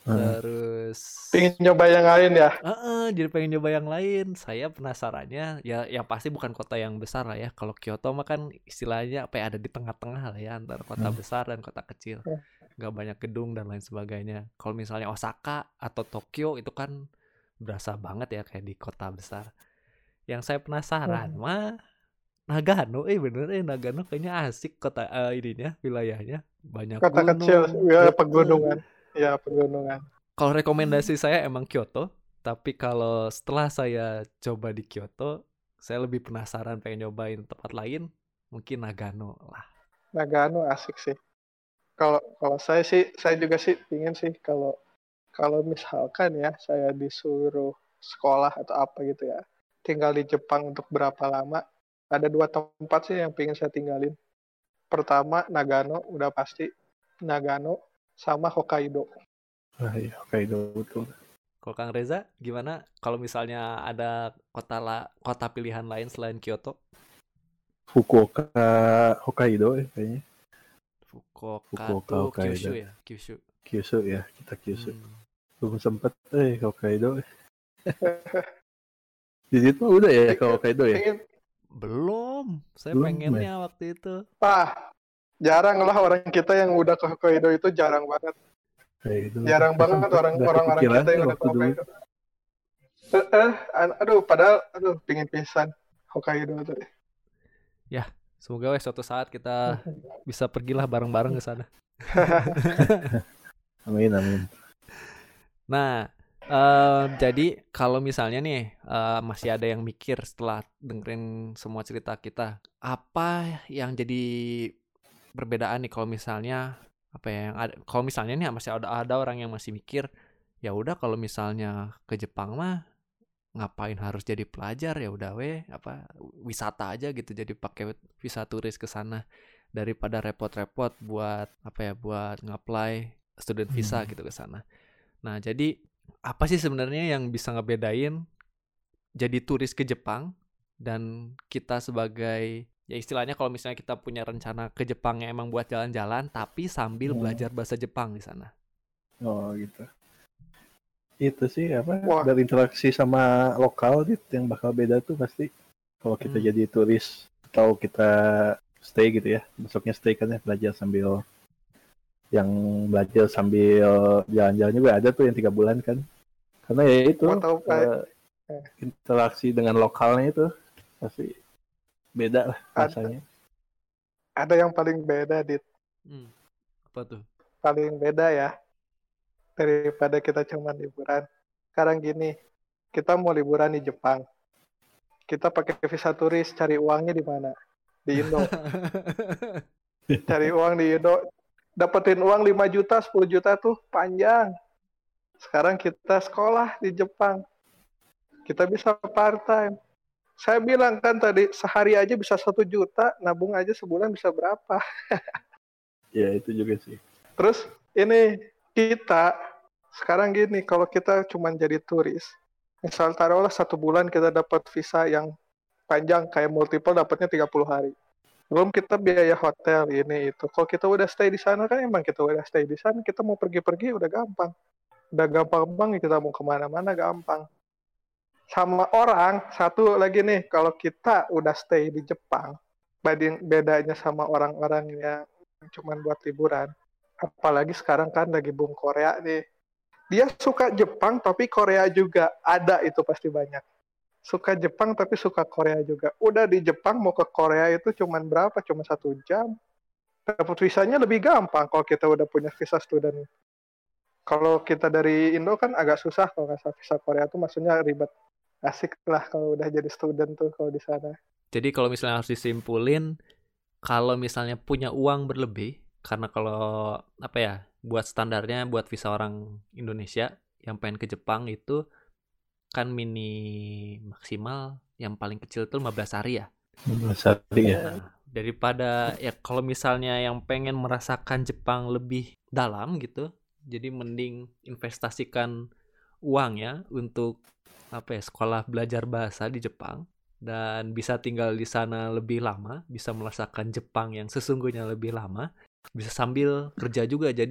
Terus Pengen nyoba yang lain ya? jadi pengen nyoba yang lain. Saya penasarannya ya yang pasti bukan kota yang besar lah ya. Kalau Kyoto mah kan istilahnya apa ya, ada di tengah-tengah lah ya antara kota besar dan kota kecil. Nggak banyak gedung dan lain sebagainya. Kalau misalnya Osaka atau Tokyo itu kan berasa banget ya kayak di kota besar. Yang saya penasaran mah Nagano, bener Nagano kayaknya asik kota ininya, wilayahnya banyak Kota kecil, gunung. ya pegunungan. Ya pegunungan. Kalau rekomendasi saya emang Kyoto, tapi kalau setelah saya coba di Kyoto, saya lebih penasaran pengen nyobain tempat lain, mungkin Nagano lah. Nagano asik sih. Kalau saya sih, saya juga sih ingin sih kalau misalkan ya saya disuruh sekolah atau apa gitu ya, tinggal di Jepang untuk berapa lama, ada 2 tempat sih yang pengen saya tinggalin. Pertama Nagano, udah pasti Nagano, sama Hokkaido. Iya, Hokkaido betul. Kalau Kang Reza gimana? Kalau misalnya ada kota pilihan lain selain Kyoto? Fukuoka, Hokkaido kayaknya. Fukuoka tuh Hokkaido. Kyushu ya, Kyushu. Kyushu ya, kita Kyushu. Belum sempet Hokkaido. Di situ udah ya ke Hokkaido ya? Belum. Saya pengennya waktu itu. Jarang lah orang kita yang udah ke Hokkaido itu, jarang banget. Jarang banget orang-orang kita yang udah ke Hokkaido. Padahal pingin pisan Hokkaido tuh. Ya, semoga suatu saat kita bisa pergilah bareng-bareng ke sana. Amin. Nah, jadi kalau misalnya nih masih ada yang mikir setelah dengerin semua cerita kita, apa yang jadi perbedaan nih kalau misalnya kalau misalnya nih masih ada orang yang masih mikir, ya udah kalau misalnya ke Jepang mah ngapain harus jadi pelajar, ya udah wisata aja gitu, jadi pakai visa turis ke sana daripada repot-repot buat buat ngapply student visa gitu ke sana. Nah, jadi apa sih sebenarnya yang bisa ngebedain jadi turis ke Jepang dan kita sebagai, ya istilahnya kalau misalnya kita punya rencana ke Jepang yang emang buat jalan-jalan tapi sambil belajar bahasa Jepang di sana. Oh gitu. Itu sih berinteraksi sama lokal yang bakal beda tuh pasti. Kalau kita jadi turis atau kita stay gitu ya, besoknya stay kan ya, belajar sambil jalan-jalan juga ada tuh yang 3 bulan kan. Karena ya itu interaksi dengan lokalnya itu pasti beda lah rasanya. Ada yang paling beda, Dit. Apa tuh? Paling beda ya daripada kita cuma liburan. Sekarang gini, kita mau liburan di Jepang. Kita pakai visa turis, cari uangnya di mana? Di Indo. Cari uang di Indo, dapetin uang 5 juta, 10 juta tuh panjang. Sekarang kita sekolah di Jepang. Kita bisa part-time. Saya bilang kan tadi, sehari aja bisa 1 juta, nabung aja sebulan bisa berapa. Ya, itu juga sih. Terus ini, kita, sekarang gini, kalau kita cuma jadi turis, misal taruhlah 1 bulan kita dapat visa yang panjang, kayak multiple dapatnya 30 hari. Belum kita biaya hotel ini itu. Kalau kita udah stay di sana kan emang kita udah stay di sana, kita mau pergi-pergi udah gampang. Udah gampang kita mau kemana-mana gampang. Sama orang, satu lagi nih, kalau kita udah stay di Jepang, bedanya sama orang-orang yang cuma buat liburan, apalagi sekarang kan lagi boom Korea nih. Dia suka Jepang tapi Korea juga, ada itu pasti banyak. Suka Jepang tapi suka Korea juga. Udah di Jepang mau ke Korea itu cuma berapa? Cuma 1 jam. Dapat visanya lebih gampang kalau kita udah punya visa student. Kalau kita dari Indo kan agak susah kalau nggak salah visa Korea tuh, maksudnya ribet. Asik lah kalau udah jadi student tuh kalau di sana. Jadi kalau misalnya harus disimpulin, kalau misalnya punya uang berlebih, karena kalau buat standarnya buat visa orang Indonesia yang pengen ke Jepang itu kan maksimal yang paling kecil itu 15 hari ya. 15 hari ya. Nah, daripada ya kalau misalnya yang pengen merasakan Jepang lebih dalam gitu, jadi mending investasikan uang ya untuk sekolah belajar bahasa di Jepang dan bisa tinggal di sana lebih lama, bisa merasakan Jepang yang sesungguhnya lebih lama, bisa sambil kerja juga. Jadi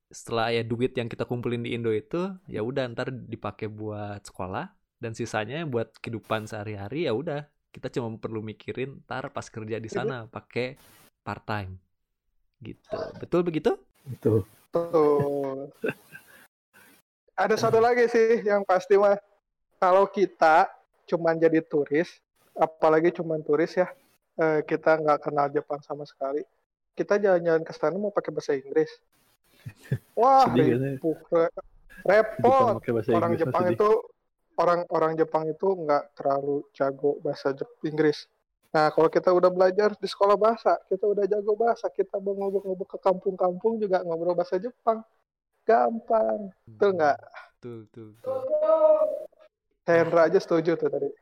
setelah ya duit yang kita kumpulin di Indo itu ya udah ntar dipakai buat sekolah dan sisanya buat kehidupan sehari-hari. Ya udah kita cuma perlu mikirin ntar pas kerja di sana pakai part time gitu. Betul begitu? Itu Betul. Ada satu lagi sih yang pasti mah, kalau kita cuman jadi turis, apalagi cuman turis ya, kita nggak kenal Jepang sama sekali, kita jalan-jalan ke sana mau pakai bahasa Inggris. Wah, sedih kan ya. repot. Jepang pakai bahasa Orang Inggris mah Jepang sedih. itu orang Jepang itu nggak terlalu jago bahasa Inggris. Nah, kalau kita udah belajar di sekolah bahasa, kita udah jago bahasa, kita mau ngobok-ngobok ke kampung-kampung juga ngobrol bahasa Jepang. Gampang. Betul nggak? Betul. Hendra aja setuju tuh tadi.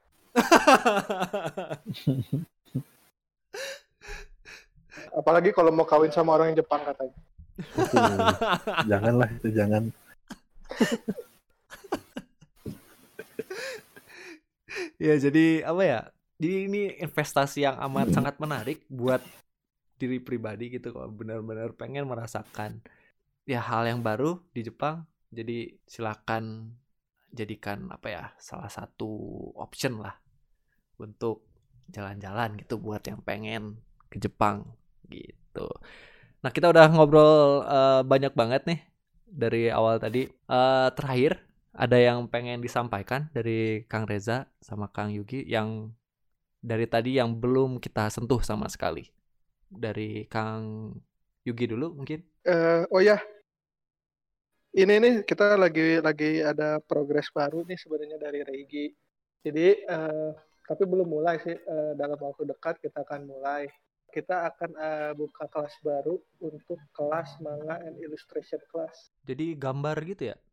Apalagi kalau mau kawin sama orang Jepang katanya. Janganlah itu, jangan. Ya jadi apa ya? Jadi ini investasi yang amat sangat menarik buat diri pribadi gitu kalau benar-benar pengen merasakan ya hal yang baru di Jepang. Jadi silakan jadikan apa ya salah satu option lah untuk jalan-jalan gitu buat yang pengen ke Jepang gitu. Nah kita udah ngobrol banyak banget nih dari awal tadi. Terakhir ada yang pengen disampaikan dari Kang Reza sama Kang Yugi yang dari tadi yang belum kita sentuh sama sekali. Dari Kang Yugi dulu mungkin. Oh ya, ini nih kita lagi ada progres baru nih sebenarnya dari Reigi. Jadi tapi belum mulai sih, dalam waktu dekat kita akan mulai. Kita akan buka kelas baru untuk kelas manga and illustration class. Jadi gambar gitu ya?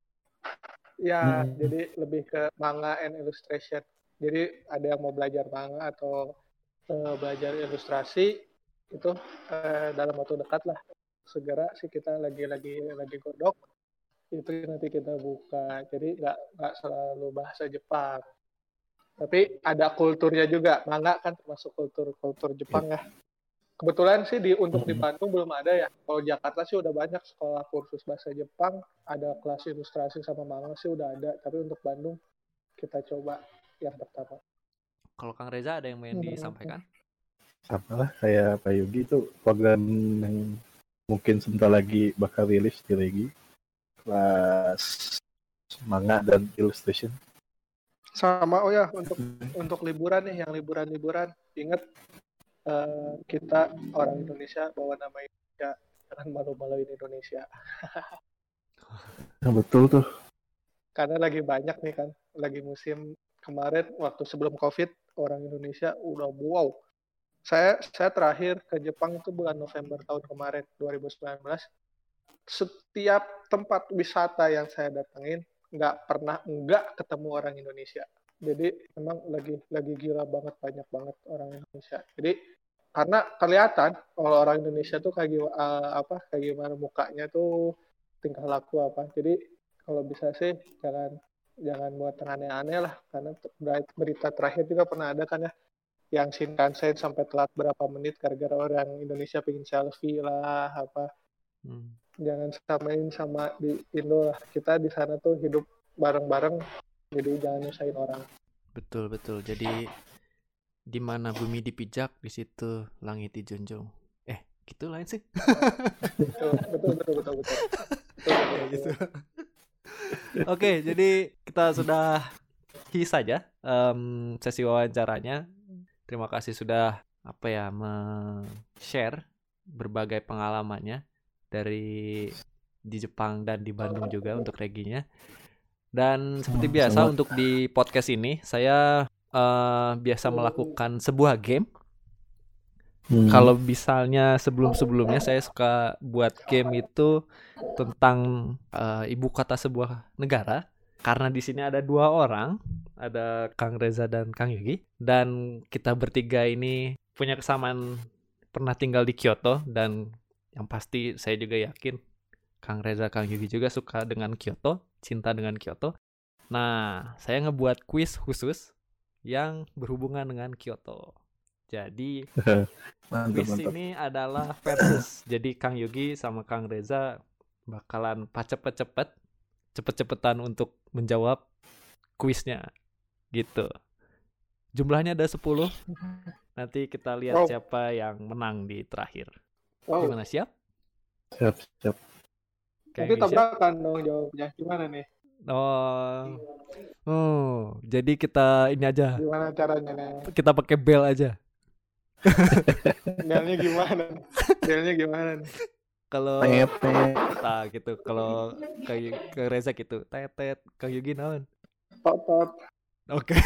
Ya, jadi lebih ke manga and illustration. Jadi ada yang mau belajar manga atau belajar ilustrasi itu dalam waktu dekat lah. Segera sih kita lagi godok. Itu nanti kita buka. Jadi nggak selalu bahasa Jepang. Tapi ada kulturnya juga. Manga kan termasuk kultur Jepang ya. Kebetulan sih untuk di Bandung belum ada ya. Kalau Jakarta sih udah banyak sekolah kursus bahasa Jepang, ada kelas ilustrasi sama manga sih udah ada. Tapi untuk Bandung kita coba yang pertama. Kalau Kang Reza ada yang ingin disampaikan? Sama lah kayak Pak Yugi, itu program yang mungkin sebentar lagi bakal rilis di Regi, kelas manga dan illustration. Sama oh ya, untuk liburan nih, yang liburan ingat kita orang Indonesia bawa nama Indonesia, jangan malu-maluin Indonesia. Nah, betul tuh. Karena lagi banyak nih kan, lagi musim kemarin waktu sebelum COVID, orang Indonesia udah wow. Saya terakhir ke Jepang itu bulan November tahun kemarin 2019. Setiap tempat wisata yang saya datengin nggak pernah nggak ketemu orang Indonesia. Jadi memang lagi gila banget, banyak banget orang Indonesia. Jadi karena kelihatan kalau orang Indonesia tuh kayak gimana mukanya tuh, tingkah laku apa. Jadi kalau bisa sih jangan buat aneh-aneh lah, karena berita terakhir juga pernah ada kan ya, yang Shinkansen sampai telat berapa menit gara-gara orang Indonesia pengen selfie lah apa. Jangan samain sama di Indo lah. Kita di sana tuh hidup bareng-bareng, jadi jangan nyusahin orang. Betul. Jadi di mana bumi dipijak, di situ langit dijunjung. Gitu lain sih. Betul. Gitu. Oke, jadi kita sudah saja sesi wawancaranya. Terima kasih sudah share berbagai pengalamannya dari di Jepang dan di Bandung juga untuk Reginya. Dan seperti biasa untuk di podcast ini saya biasa melakukan sebuah game. Kalau misalnya sebelumnya saya suka buat game itu tentang ibu kota sebuah negara. Karena di sini ada 2 orang, ada Kang Reza dan Kang Yugi, dan kita bertiga ini punya kesamaan pernah tinggal di Kyoto, dan yang pasti saya juga yakin Kang Reza, Kang Yugi juga suka dengan Kyoto, cinta dengan Kyoto. Nah, saya ngebuat kuis khusus yang berhubungan dengan Kyoto. Jadi kuis ini adalah versus. Jadi Kang Yugi sama Kang Reza bakalan cepet-cepetan untuk menjawab kuisnya gitu. Jumlahnya ada 10. Nanti kita lihat siapa yang menang di terakhir. Gimana, siap? Siap. Nanti tabrakan dong jawabnya. Gimana nih? Jadi kita ini aja. Gimana caranya nih? Kita pakai bel aja. Belnya gimana nih? Kalau gitu, kalau kayak ke Reza gitu, tetet, Kang Yugi naon? Tot. Oke.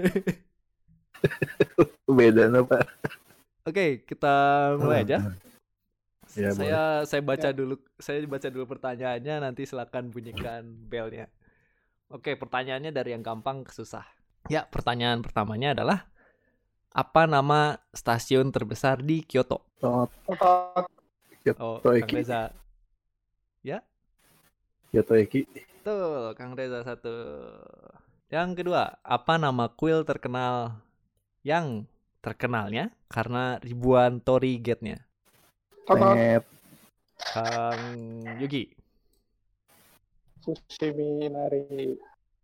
Beda apa? Oke, kita mulai aja. Ya, saya baca dulu pertanyaannya, nanti silakan bunyikan belnya. Oke, pertanyaannya dari yang gampang ke susah. Ya, pertanyaan pertamanya adalah apa nama stasiun terbesar di Kyoto? Tot. Kang Reza. Ya? Kyoto Eki. Tuh, Kang Reza 1. Yang kedua, apa nama kuil terkenal yang terkenalnya karena ribuan torii gate-nya? Tot. Kang Yugi. Sushimi Inari.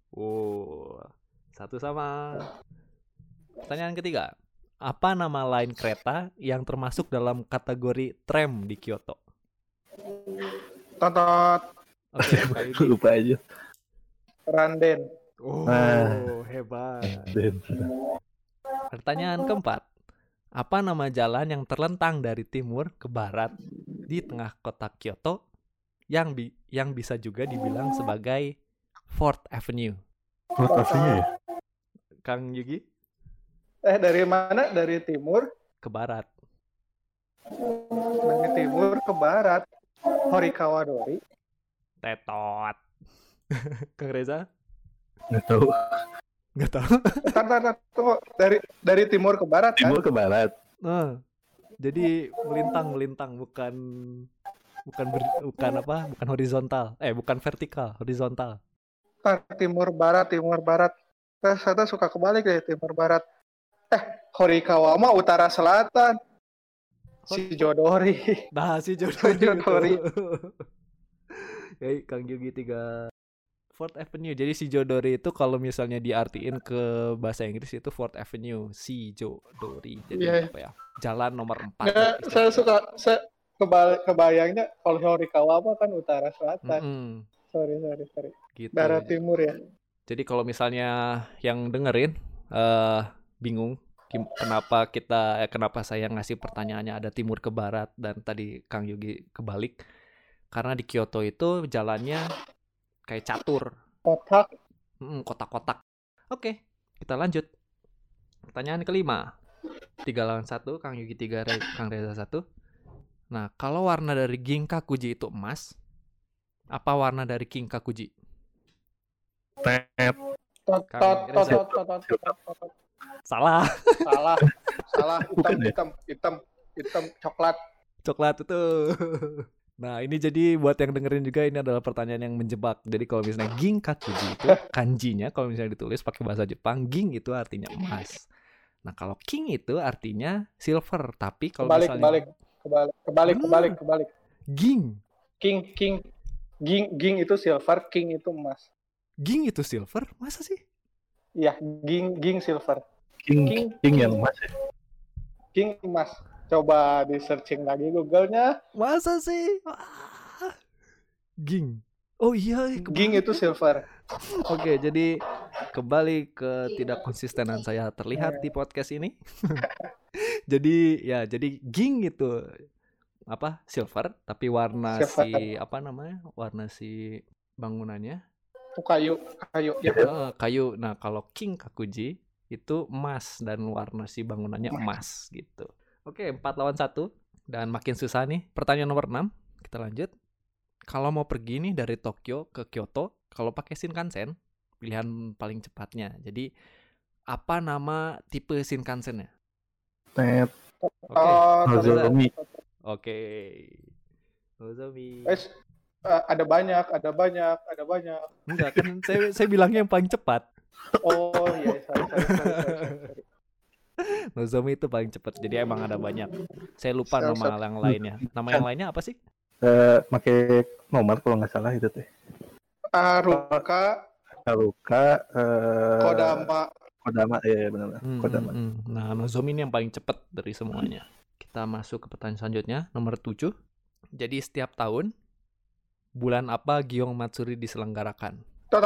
Satu sama. Pertanyaan ketiga, apa nama lain kereta yang termasuk dalam kategori tram di Kyoto? Tot. Oke, lupa aja. Randen. Hebat. Pertanyaan keempat, apa nama jalan yang terlentang dari timur ke barat di tengah kota Kyoto yang bisa juga dibilang sebagai Fourth Avenue? Fourth Avenue ya? Kang Yugi? Dari mana? Dari timur ke barat. Dari timur ke barat. Horikawa Dori. Tetot. Kang Reza? Nggak tahu. Tunggu. Dari timur ke barat Timur ke barat. Jadi melintang, bukan horizontal. Bukan vertikal, horizontal. Timur barat. Saya suka kebalik deh, timur barat. Horikawa mah utara selatan. Shijodori. Nah, Shijodori. Kang Yugi 3. Fourth Avenue. Jadi Shijodori itu kalau misalnya diartiin ke bahasa Inggris itu Fourth Avenue, Shijodori. Jadi apa ya? Jalan nomor 4. Saya kebayangnya kalau Horikawa mah kan utara selatan. Sorry. Gitu. Daerah timur ya. Jadi kalau misalnya yang dengerin bingung kenapa saya ngasih pertanyaannya ada timur ke barat dan tadi Kang Yugi kebalik, karena di Kyoto itu jalannya kayak catur, kotak-kotak. Oke, kita lanjut. Pertanyaan kelima. 3-1, Kang Yugi 3, Kang Reza 1. Nah, kalau warna dari Ginkakuji itu emas, apa warna dari Kinkakuji? Salah. Hitam coklat itu. Nah, ini jadi buat yang dengerin juga, ini adalah pertanyaan yang menjebak. Jadi kalau misalnya Ginkakuji itu kanjinya kalau misalnya ditulis pakai bahasa Jepang, ging itu artinya emas. Nah, kalau king itu artinya silver, tapi kalau misalnya kebalik. Ging itu silver, king itu emas. Ging itu silver? Masa sih? Iya, ging silver. King yang emas ya? King emas. Coba di searching lagi Google-nya. Masa sih? Ging. Oh iya, ging itu silver. Oke, jadi kembali ke tidak konsistenan saya terlihat di podcast ini. Jadi ging itu silver, tapi warna warna si bangunannya itu kayu ya. Kayu. Nah, kalau Kinkakuji itu emas dan warna si bangunannya emas gitu. Oke, 4-1 dan makin susah nih. Pertanyaan nomor 6, kita lanjut. Kalau mau pergi nih dari Tokyo ke Kyoto, kalau pakai Shinkansen, pilihan paling cepatnya. Jadi apa nama tipe Shinkansen-nya? Nozomi. Oke. Nozomi. Ada banyak. Enggak, kan saya bilangnya yang paling cepat. Oh iya, sorry. Nozomi itu paling cepat. Jadi emang ada banyak. Saya lupa nama yang lainnya. Nama yang lainnya apa sih? Pakai nomor kalau nggak salah itu teh. Haruka, Kodama ya benar. Kodama. Nah, Nozomi ini yang paling cepat dari semuanya. Kita masuk ke pertanyaan selanjutnya, nomor 7. Jadi setiap tahun bulan apa Giong Matsuri diselenggarakan?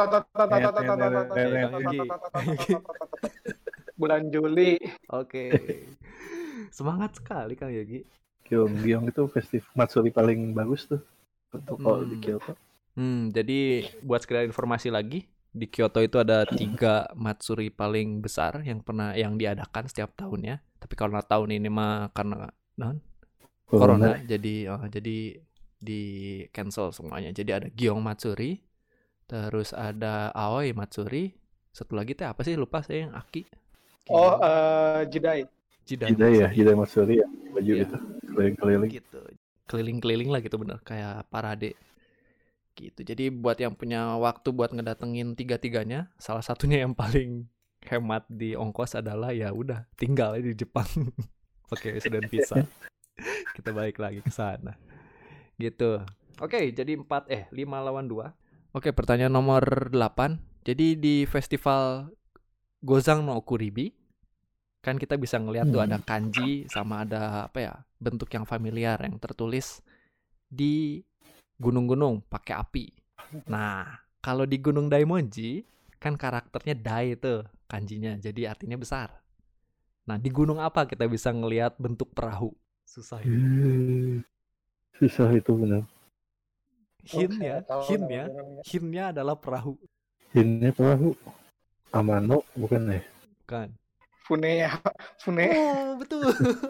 bulan Juli. Oke. Semangat sekali Kang Yogi. Giong itu festival Matsuri paling bagus tuh untuk kalau di Kyoto. Jadi buat sekedar informasi lagi, di Kyoto itu ada 3 Matsuri paling besar yang diadakan setiap tahunnya. Tapi karena tahun ini mah karena corona jadi di cancel semuanya. Jadi ada Giong Matsuri, terus ada Aoi Matsuri, satu lagi teh apa sih lupa saya yang Aki. Jidai Matsuri ya, baju itu keliling-keliling. Gitu. Keliling-keliling lah gitu bener kayak parade. Gitu. Jadi buat yang punya waktu buat ngedatengin 3-tiganya, salah satunya yang paling hemat di ongkos adalah ya udah tinggal di Jepang. Oke, sudah bisa. Kita balik lagi ke sana. Gitu. Oke, jadi 5 lawan 2. Oke, pertanyaan nomor 8. Jadi di festival Gozang no Okuribi kan kita bisa ngeliat tuh ada kanji sama ada bentuk yang familiar yang tertulis di gunung-gunung pakai api. Nah, kalau di Gunung Daimonji kan karakternya Dai tuh kanjinya, jadi artinya besar. Nah, di gunung apa kita bisa ngelihat bentuk perahu? Susah itu. Susah itu benar. Hintnya adalah perahu. Hintnya perahu. Amano bukan ya? Bukan. Fune. Oh, betul.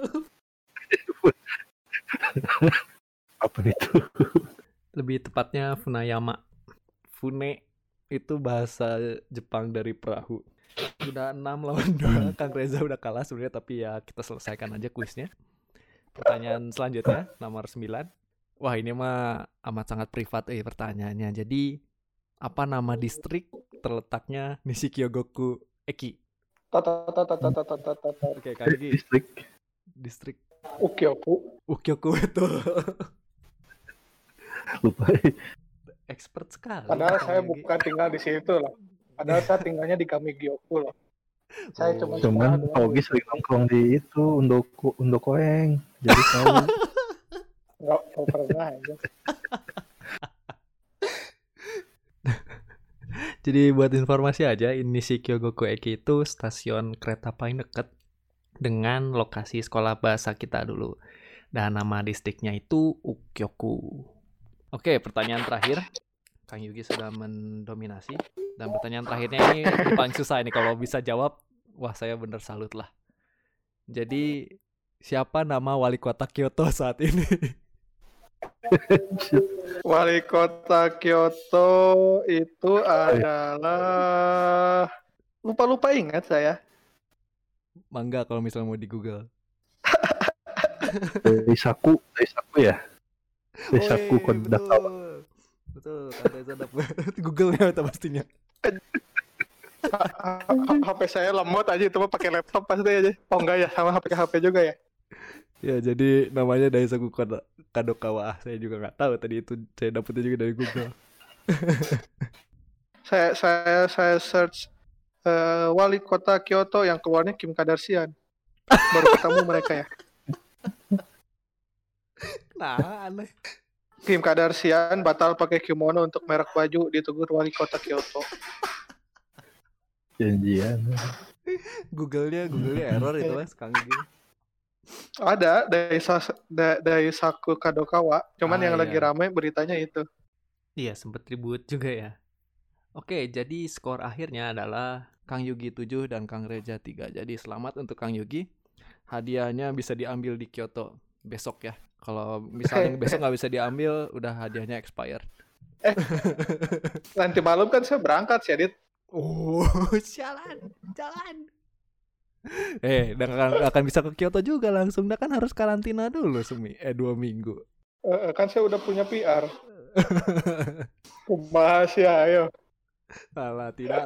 Apa itu? Lebih tepatnya Funayama. Fune itu bahasa Jepang dari perahu. Udah 6 lawan 2. Kang Reza udah kalah sebenarnya, tapi ya kita selesaikan aja kuisnya. Pertanyaan selanjutnya nomor 9. Wah, ini mah amat sangat privat pertanyaannya. Jadi apa nama distrik terletaknya Nishikyogoku Eki? Oke, Kang Yogi. Distrik Ukyoku itu. Lupa. Expert sekali. Padahal saya bukan tinggal di situ loh. Padahal saya tinggalnya di Kamigyoku loh. Saya cuman Ogi sering nongkrong di itu Undokoeng. Jadi tahu. Enggak pernah aja. Jadi buat informasi aja, Nishikyogoku Eki itu stasiun kereta paling dekat dengan lokasi sekolah bahasa kita dulu. Dan nama distriknya itu Ukyoku. Oke, pertanyaan terakhir. Kang Yugi sudah mendominasi. Dan pertanyaan terakhirnya ini paling susah ini. Kalau bisa jawab, wah saya bener salut lah. Jadi, siapa nama wali kota Kyoto saat ini? Wali kota Kyoto itu adalah... Lupa ingat saya. Mangga kalau misalnya mau di Google. Daisaku ya. Daisaku Kodakawa. Betul, Reza dapat Google-nya itu pastinya. HP saya lemot aja, itu mah pakai laptop pasti aja. Oh enggak ya, sama HP juga ya. Ya, jadi namanya Daisaku Kadokawa. Saya juga nggak tahu tadi itu, saya dapetnya juga dari Google. saya search wali kota Kyoto, yang keluarnya Kim Kardashian. Baru ketemu mereka ya. Nah, aneh. Kim Kardashian batal pakai kimono untuk merek baju, ditegur wali kota Kyoto. Janjian. Google-nya error itu Mas, Kang Gigi. Ada Daisaku Kadokawa, cuman yang lagi rame beritanya itu. Iya, sempat ribut juga ya. Oke, jadi skor akhirnya adalah Kang Yugi 7 dan Kang Reza 3. Jadi selamat untuk Kang Yugi. Hadiahnya bisa diambil di Kyoto besok ya. Kalau misalnya besok nggak bisa diambil, udah hadiahnya expire. Nanti malam kan saya berangkat sih, Adit. Oh, jalan. Akan bisa ke Kyoto juga langsung. Kan harus karantina dulu 2 minggu. Kan saya udah punya PR. Kumaha sih, ayo. Tidak.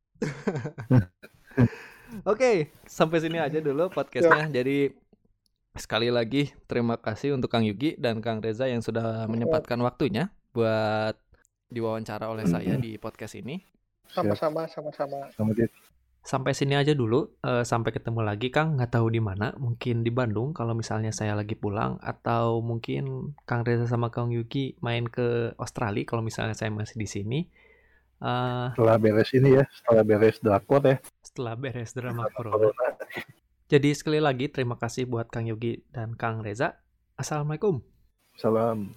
Oke, sampai sini aja dulu podcastnya. Jadi Sekali lagi terima kasih untuk Kang Yugi dan Kang Reza yang sudah menyempatkan waktunya buat diwawancara oleh saya di podcast ini. Sama-sama. Sama Dit. Sampai sini aja dulu. Sampai ketemu lagi, Kang. Nggak tahu di mana. Mungkin di Bandung kalau misalnya saya lagi pulang. Atau mungkin Kang Reza sama Kang Yuki main ke Australia kalau misalnya saya masih di sini. Setelah beres ini ya, setelah beres drakor ya. Setelah beres drama Corona. Corona. Jadi sekali lagi terima kasih buat Kang Yugi dan Kang Reza. Assalamualaikum. Salam.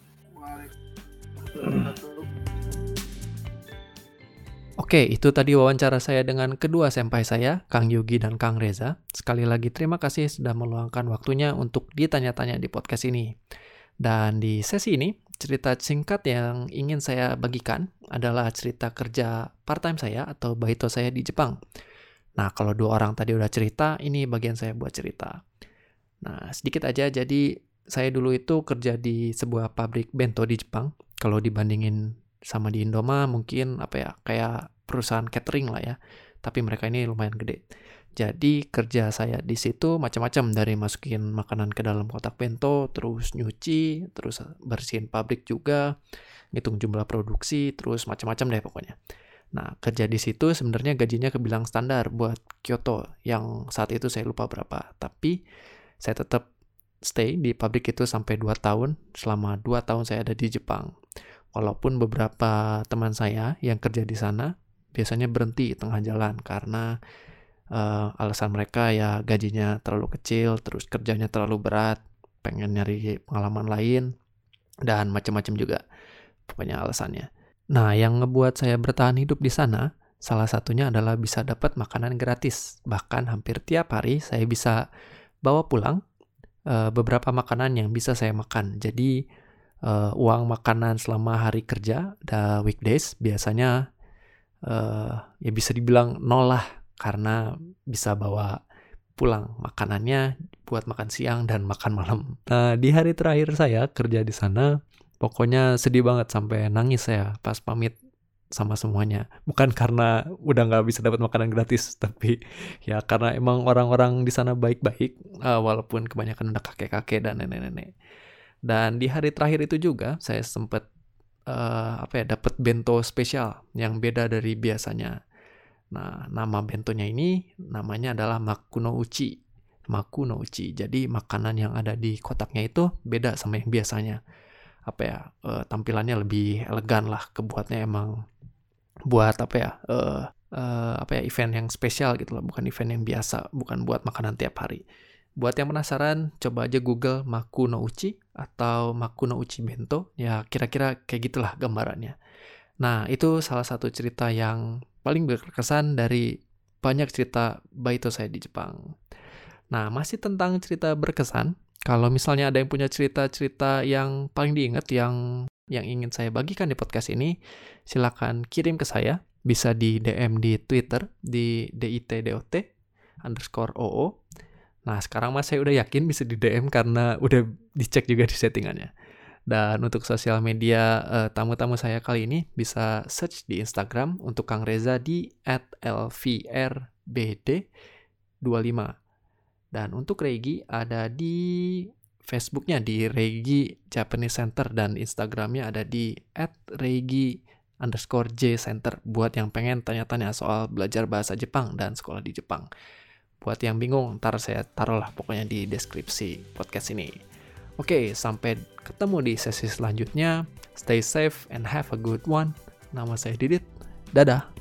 Oke, itu tadi wawancara saya dengan kedua senpai saya, Kang Yugi dan Kang Reza. Sekali lagi terima kasih sudah meluangkan waktunya untuk ditanya-tanya di podcast ini. Dan di sesi ini, cerita singkat yang ingin saya bagikan adalah cerita kerja part-time saya atau baito saya di Jepang. Nah, kalau dua orang tadi udah cerita, ini bagian saya buat cerita. Nah, sedikit aja, jadi saya dulu itu kerja di sebuah pabrik bento di Jepang. Kalau dibandingin sama di Indoma mungkin kayak perusahaan catering lah ya. Tapi mereka ini lumayan gede. Jadi kerja saya di situ macam-macam, dari masukin makanan ke dalam kotak bento, terus nyuci, terus bersihin pabrik juga, ngitung jumlah produksi, terus macam-macam deh pokoknya. Nah, kerja di situ sebenarnya gajinya kebilang standar buat Kyoto yang saat itu saya lupa berapa. Tapi saya tetap stay di pabrik itu sampai 2 tahun. Selama 2 tahun saya ada di Jepang. Walaupun beberapa teman saya yang kerja di sana biasanya berhenti tengah jalan karena alasan mereka ya gajinya terlalu kecil, terus kerjanya terlalu berat, pengen nyari pengalaman lain, dan macam-macam juga pokoknya alasannya. Nah, yang ngebuat saya bertahan hidup di sana, salah satunya adalah bisa dapat makanan gratis. Bahkan hampir tiap hari saya bisa bawa pulang beberapa makanan yang bisa saya makan. Jadi uang makanan selama hari kerja, ada weekdays, biasanya ya bisa dibilang nol lah, karena bisa bawa pulang makanannya buat makan siang dan makan malam. Nah, di hari terakhir saya kerja di sana, pokoknya sedih banget sampai nangis saya pas pamit sama semuanya. Bukan karena udah nggak bisa dapat makanan gratis, tapi ya karena emang orang-orang di sana baik-baik, walaupun kebanyakan udah kakek-kakek dan nenek-nenek. Dan di hari terakhir itu juga saya sempat dapat bento spesial yang beda dari biasanya. Nah, nama bentonya ini namanya adalah Maku no Uchi. Maku no Uchi. Jadi makanan yang ada di kotaknya itu beda sama yang biasanya. Tampilannya lebih elegan lah. Kebuatnya emang buat event yang spesial gitu loh. Bukan event yang biasa. Bukan buat makanan tiap hari. Buat yang penasaran, coba aja Google Maku no Uchi atau Maku no Uchi Bento. Ya kira-kira kayak gitulah gambarannya. Nah, itu salah satu cerita yang paling berkesan dari banyak cerita baito saya di Jepang. Nah, masih tentang cerita berkesan, kalau misalnya ada yang punya cerita-cerita yang paling diingat yang ingin saya bagikan di podcast ini, silakan kirim ke saya. Bisa di DM di Twitter, di DITDOT_OO. Nah, sekarang mas saya udah yakin bisa di DM karena udah dicek juga di settingannya. Dan untuk sosial media tamu-tamu saya kali ini bisa search di Instagram untuk Kang Reza di @lvrbd25. Dan untuk Reigi ada di Facebooknya di Reigi Japanese Center dan Instagramnya ada di @reigi_J_Center buat yang pengen tanya-tanya soal belajar bahasa Jepang dan sekolah di Jepang. Buat yang bingung, ntar saya taruhlah pokoknya di deskripsi podcast ini. Oke, sampai ketemu di sesi selanjutnya. Stay safe and have a good one. Nama saya Didit. Dadah.